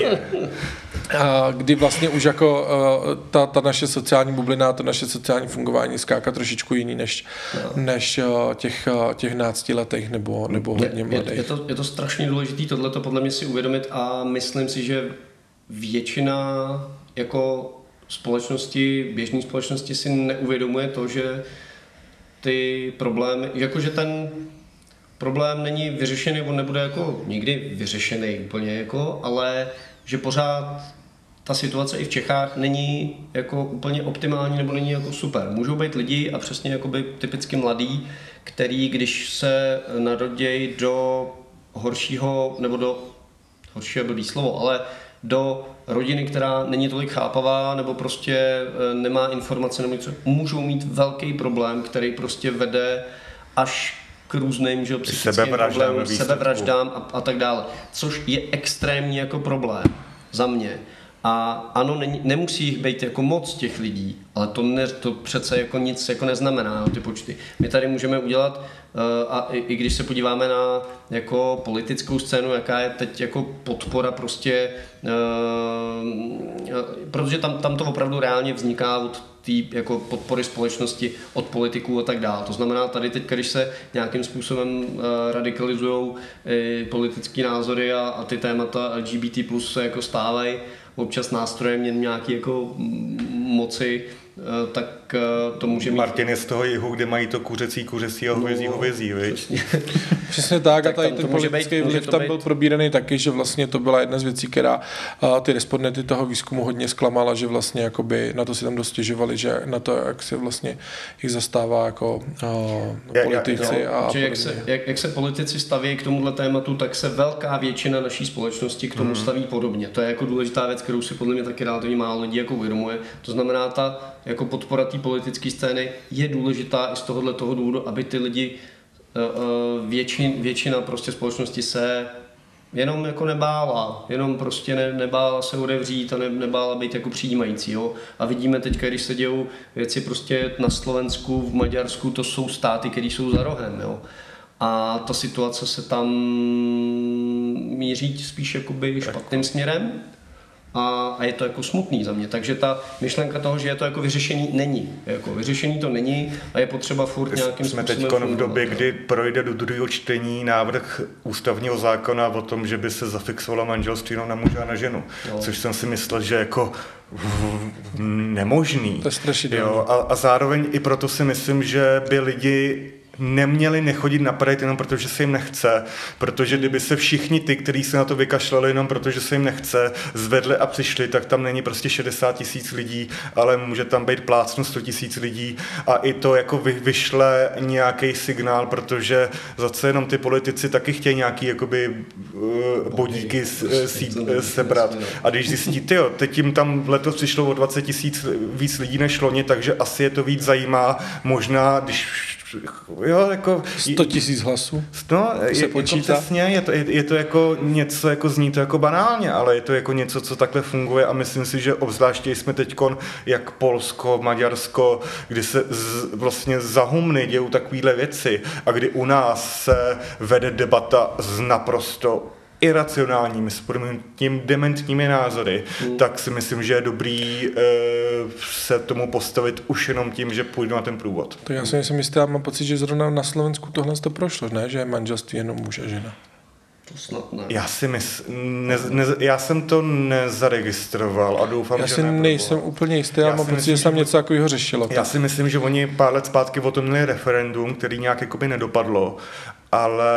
A kdy vlastně už jako ta, ta naše sociální bublina, to naše sociální fungování skáka trošičku jiný než, no. než těch, těch nácti letech nebo, nebo hodně mladých. Je, je, to, je to strašně důležité tohleto podle mě si uvědomit a myslím si, že většina jako společnosti, běžné společnosti si neuvědomuje to, že ty problémy, jakože ten problém není vyřešený, on nebude jako nikdy vyřešený úplně, jako, ale že pořád ta situace i v Čechách není jako úplně optimální nebo není jako super. Můžou být lidi a přesně jakoby typicky mladí, který když se narodějí do horšího, nebo do horšího blbý slovo, ale do rodiny, která není tolik chápavá nebo prostě nemá informace nebo něco, můžou mít velký problém, který prostě vede až k různým, že psychickým problémům, sebevraždám a, a tak dále. Což je extrémní jako problém za mě. A ano, není, nemusí jich být jako moc těch lidí, ale to, ne, to přece jako nic jako neznamená, ty počty. My tady můžeme udělat, uh, a i, i když se podíváme na jako politickou scénu, jaká je teď jako podpora prostě, uh, protože tam, tam to opravdu reálně vzniká od té jako podpory společnosti, od politiků a tak dále. To znamená, tady teď, když se nějakým způsobem uh, radikalizují politické názory a, a ty témata L G B T plus se jako stávají občas nástrojem nějaký jako moci, tak tak to může mít... Martin je z toho jihu, kde mají to kuřecí, kuřecí a hovězí, No, hovězí, viď? Přesně tak, Tak a tady tam ten to může politický být- může vliv to tam být- byl probíraný taky, že vlastně to byla jedna z věcí, která a, ty respondenty toho výzkumu hodně zklamala, že vlastně jakoby na to si tam dost stěžovali, že na to, jak se vlastně jich zastává jako a, Já- já- politici jo, a Že jak, se, jak, jak se politici staví k tomuhle tématu, tak se velká většina naší společnosti k tomu staví podobně. To je jako důležitá věc, kterou si podle mě taky relativně málo lidí jako uvědomuje. To znamená, ta jako podpora té politické scény je důležitá i z tohohle toho důvodu, aby ty lidi, většin, většina prostě společnosti se jenom jako nebála, jenom prostě ne, nebála se odevřít a ne, nebála být jako přijímající. Jo? A vidíme teď, když se dějou věci prostě na Slovensku, v Maďarsku, to jsou státy, které jsou za rohem. Jo? A ta situace se tam míří spíš jakoby špatným směrem. A, a je to jako smutný za mě. Takže ta myšlenka toho, že je to jako vyřešení, není. Jako vyřešení to není a je potřeba furt nějakým Jsme teď způsobem v době, fungovat, kdy projde do druhého čtení návrh ústavního zákona o tom, že by se zafixovalo manželství jenom na muže a na ženu. Jo. Což jsem si myslel, že jako nemožný. To je strašidelné. Jo, a, a zároveň i proto si myslím, že by lidi neměli nechodit na Pride jenom protože se jim nechce, protože kdyby se všichni ty, kteří se na to vykašlali jenom protože se jim nechce, zvedli a přišli, tak tam není prostě šedesát tisíc lidí, ale může tam být plácnu sto tisíc lidí a i to jako vy, vyšle nějaký signál, protože zase jenom ty politici taky chtějí nějaký jakoby uh, bodíky s, s, sebrat. A když zjistí, tyjo, teď jim tam letos přišlo o dvacet tisíc víc lidí než loni, takže asi je to víc zajímá, možná, když jo, jako... sto tisíc hlasů. No, se je, počítá. jako přesně, je to, je, je to jako něco, jako zní to jako banálně, ale je to jako něco, co takhle funguje a myslím si, že obzvláště jsme teďkon jak Polsko, Maďarsko, kdy se z, vlastně za humny dějou takovýhle věci a kdy u nás se vede debata z naprosto iracionálními, s tím dementními názory, mm. tak si myslím, že je dobrý e, se tomu postavit už jenom tím, že půjdu na ten průvod. To já si nejsem jistý, já mám pocit, že zrovna na Slovensku tohle to prošlo, ne? Že je manželství jenom muž a žena. To snad ne. Já si myslím, ne, ne, já jsem to nezaregistroval a doufám, Já že si neproboval. nejsem úplně jistý, já, Já mám si pocit, myslím, že tam že- něco takového řešilo. Já si myslím, že oni pár let zpátky o tom měli referendum, který nějak jakoby nedopadlo, ale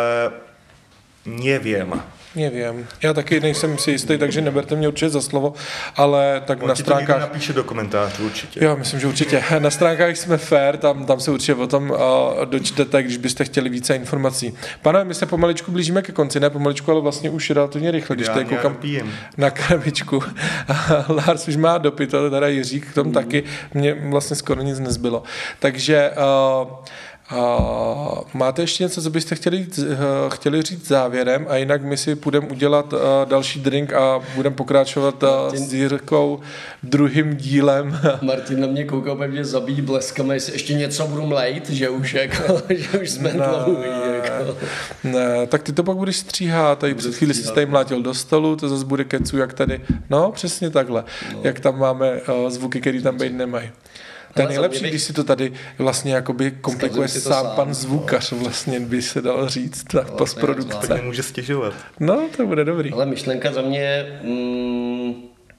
nevím. Nevím. Já taky nejsem si jistý, takže neberte mě určitě za slovo, ale tak On na ti to někdo stránkách... napíše do komentářů určitě. Jo, myslím, že určitě. Na stránkách jsme fair, tam, tam se určitě o tom uh, dočtete, když byste chtěli více informací. Pánové, my se pomaličku blížíme ke konci, ne pomaličku, ale vlastně už relativně rychle, když Já tady nějak koukám pijem. na krabičku. Lars už má dopit, ale teda Jiřík k tomu mm. taky, mně vlastně skoro nic nezbylo. Takže... Uh, Uh, máte ještě něco, co byste chtěli, uh, chtěli říct závěrem a jinak my si půjdeme udělat uh, další drink a budeme pokračovat uh, s Jirkou druhým dílem. Martin na mě koukal, pak mě zabíjí bleskama, jestli ještě něco budu mlejt, že už, jako, že už jsme Ne, dlouhý. Jako. ne, tak ty to pak budeš stříhat, tady před chvíli jsi tady mlátil do stolu, to zase bude kecu, jak tady, no přesně takhle, no. Jak tam máme uh, zvuky, které tam být nemají. To je Ale za nejlepší, mě bych- když si to tady vlastně jakoby komplikuje si to sám sám, pan no. zvukař, vlastně by se dal říct, ta to postprodukce. Tak nemůže stěžovat. No, to bude dobrý. Ale myšlenka za mě, mm,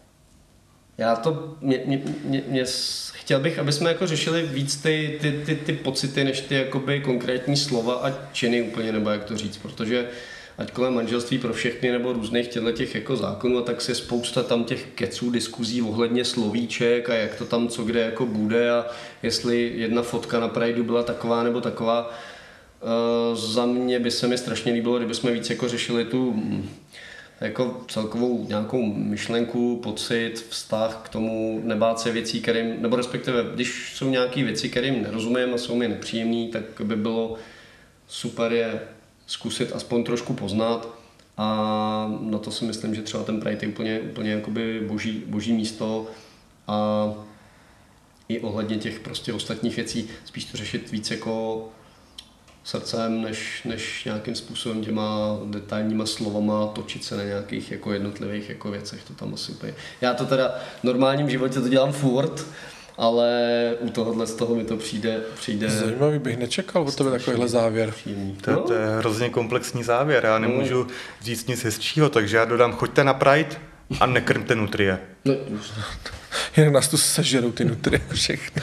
já to, mě, mě, mě, mě, s- chtěl bych, aby jsme jako řešili víc ty, ty, ty, ty pocity, než ty jakoby konkrétní slova a činy úplně, nebo jak to říct, protože ať kolem manželství pro všechny nebo různých těchto těch jako zákonů, a tak se spousta tam těch keců, diskuzí ohledně slovíček a jak to tam co kde jako bude a jestli jedna fotka na Prideu byla taková nebo taková. Uh, za mě by se mi strašně líbilo, kdybychom víc jako řešili tu mm, jako celkovou nějakou myšlenku, pocit, vztah k tomu, nebát se věcí, kterým, nebo respektive, když jsou nějaké věci, kterým nerozumím a jsou mi nepříjemný, tak by bylo super je zkusit aspoň trošku poznat a na to si myslím, že třeba ten Pride je úplně, úplně jakoby boží, boží místo a i ohledně těch prostě ostatních věcí spíš to řešit víc jako srdcem, než, než nějakým způsobem těma detailníma slovama točit se na nějakých jako jednotlivých jako věcech, to tam asi úplně. Já to teda v normálním životě to dělám furt, ale u tohohle z toho mi to přijde, přijde Zajímavý, bych nečekal od tebe takovýhle závěr. příjemný. To, to je hrozně komplexní závěr, já nemůžu říct nic hezčího, takže já dodám, choďte na Pride a nekrmte nutrie. No, Jinak nás tu sežerou ty nutry všechny.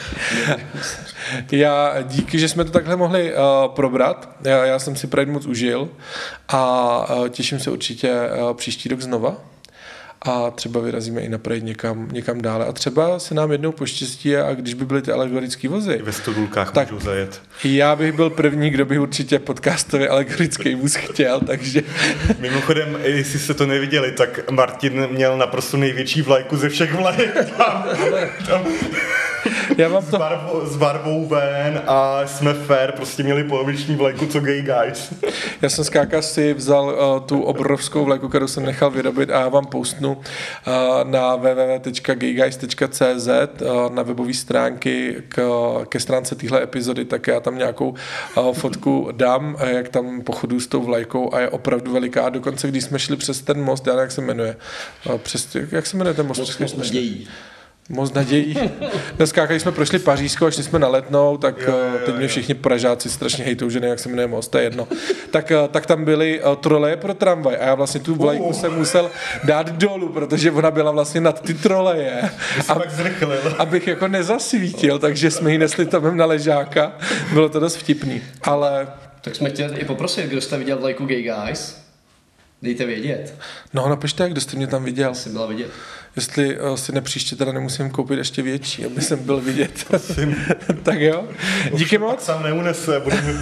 Já díky, že jsme to takhle mohli uh, probrat. Já, já jsem si Pride moc užil a uh, těším se určitě uh, příští rok znova. A třeba vyrazíme i na Pride někam, někam dále. A třeba se nám jednou poštěstí a když by byly ty alegorické vozy, ve Stodulkách tak můžou zajet. Já bych byl první, kdo by určitě podcastový alegorický vůz chtěl, takže... Mimochodem, jestli jste to neviděli, tak Martin měl naprosto největší vlajku ze všech vlajek. Tam, tam. Já mám to... S barvou, s barvou ven a jsme fair, prostě měli poloviční vlajku, co Gay Guys. Já jsem z Káka si vzal uh, tu obrovskou vlajku, kterou jsem nechal vyrobit a já vám postnu uh, na w w w tečka gay guys tečka c z uh, na webové stránky k, ke stránce téhle epizody, tak já tam nějakou uh, fotku dám, uh, jak tam pochodu s tou vlajkou a je opravdu veliká. A dokonce, když jsme šli přes ten most, já nevím, jak se jmenuje, uh, přes, jak se jmenuje ten most? Most, most nadějí. Moc nadějí. Dneska, když jsme prošli Pařížskou a šli jsme na Letnou, tak jo, jo, jo, teď mě všichni Pražáci strašně hejtou, že nevím, jak se jmenuje most, to je jedno. Tak, tak tam byly uh, troleje pro tramvaj a já vlastně tu vlajku uh. jsem musel dát dolů, protože ona byla vlastně nad ty troleje. Ab, abych jako nezasvítil, takže jsme ji nesli tam na ležáka. Bylo to dost vtipný, ale... Tak jsme chtěli i poprosit, kdo jste viděl vlajku Gay Guys, dejte vědět. No napište, kdo jste mě tam viděl. Jsi byla vidět. Jestli uh, si nepříště teda nemusím koupit ještě větší, aby jsem byl vidět. Tak jo. Díky moc. Sám neunese. Budeme...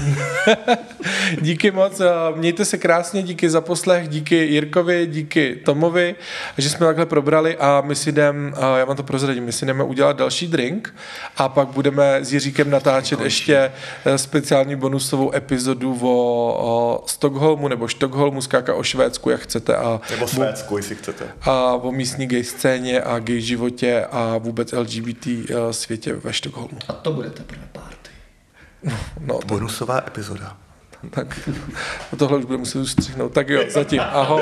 Díky moc. Uh, mějte se krásně, díky za poslech, díky Jirkovi, díky Tomovi, že jsme takhle probrali a my si jdem, uh, já vám to prozradím, my si jdeme udělat další drink a pak budeme s Jiříkem natáčet Končí. ještě uh, speciální bonusovou epizodu o, o Stockholmu nebo Štokholmu, skáka o Švédsku, jak chcete. A nebo Švédsku, jestli chcete. A o místní gay scéně a gay životě a vůbec L G B T světě ve Štokholmu. A to bude teprve party. No, no, bonusová epizoda. Tak tohle už bude muset ustřihnout. Tak jo, zatím. Ahoj.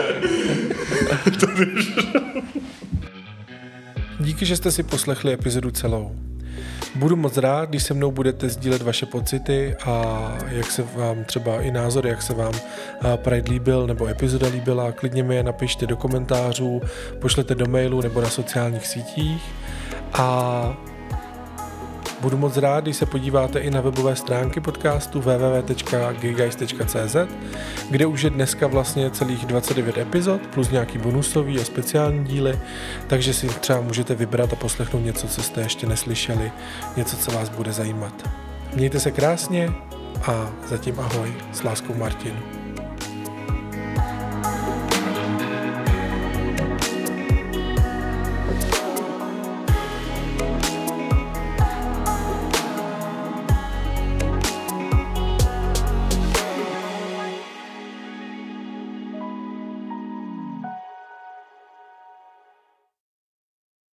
Díky, že jste si poslechli epizodu celou. Budu moc rád, když se mnou budete sdílet vaše pocity a jak se vám třeba i názory, jak se vám Pride líbil nebo epizoda líbila, klidně mi je napište do komentářů, pošlete do mailu nebo na sociálních sítích a budu moc rád, když se podíváte i na webové stránky podcastu w w w tečka gay guys tečka c z, kde už je dneska vlastně celých dvacet devět epizod, plus nějaký bonusový a speciální díly, takže si třeba můžete vybrat a poslechnout něco, co jste ještě neslyšeli, něco, co vás bude zajímat. Mějte se krásně a zatím ahoj, s láskou Martin.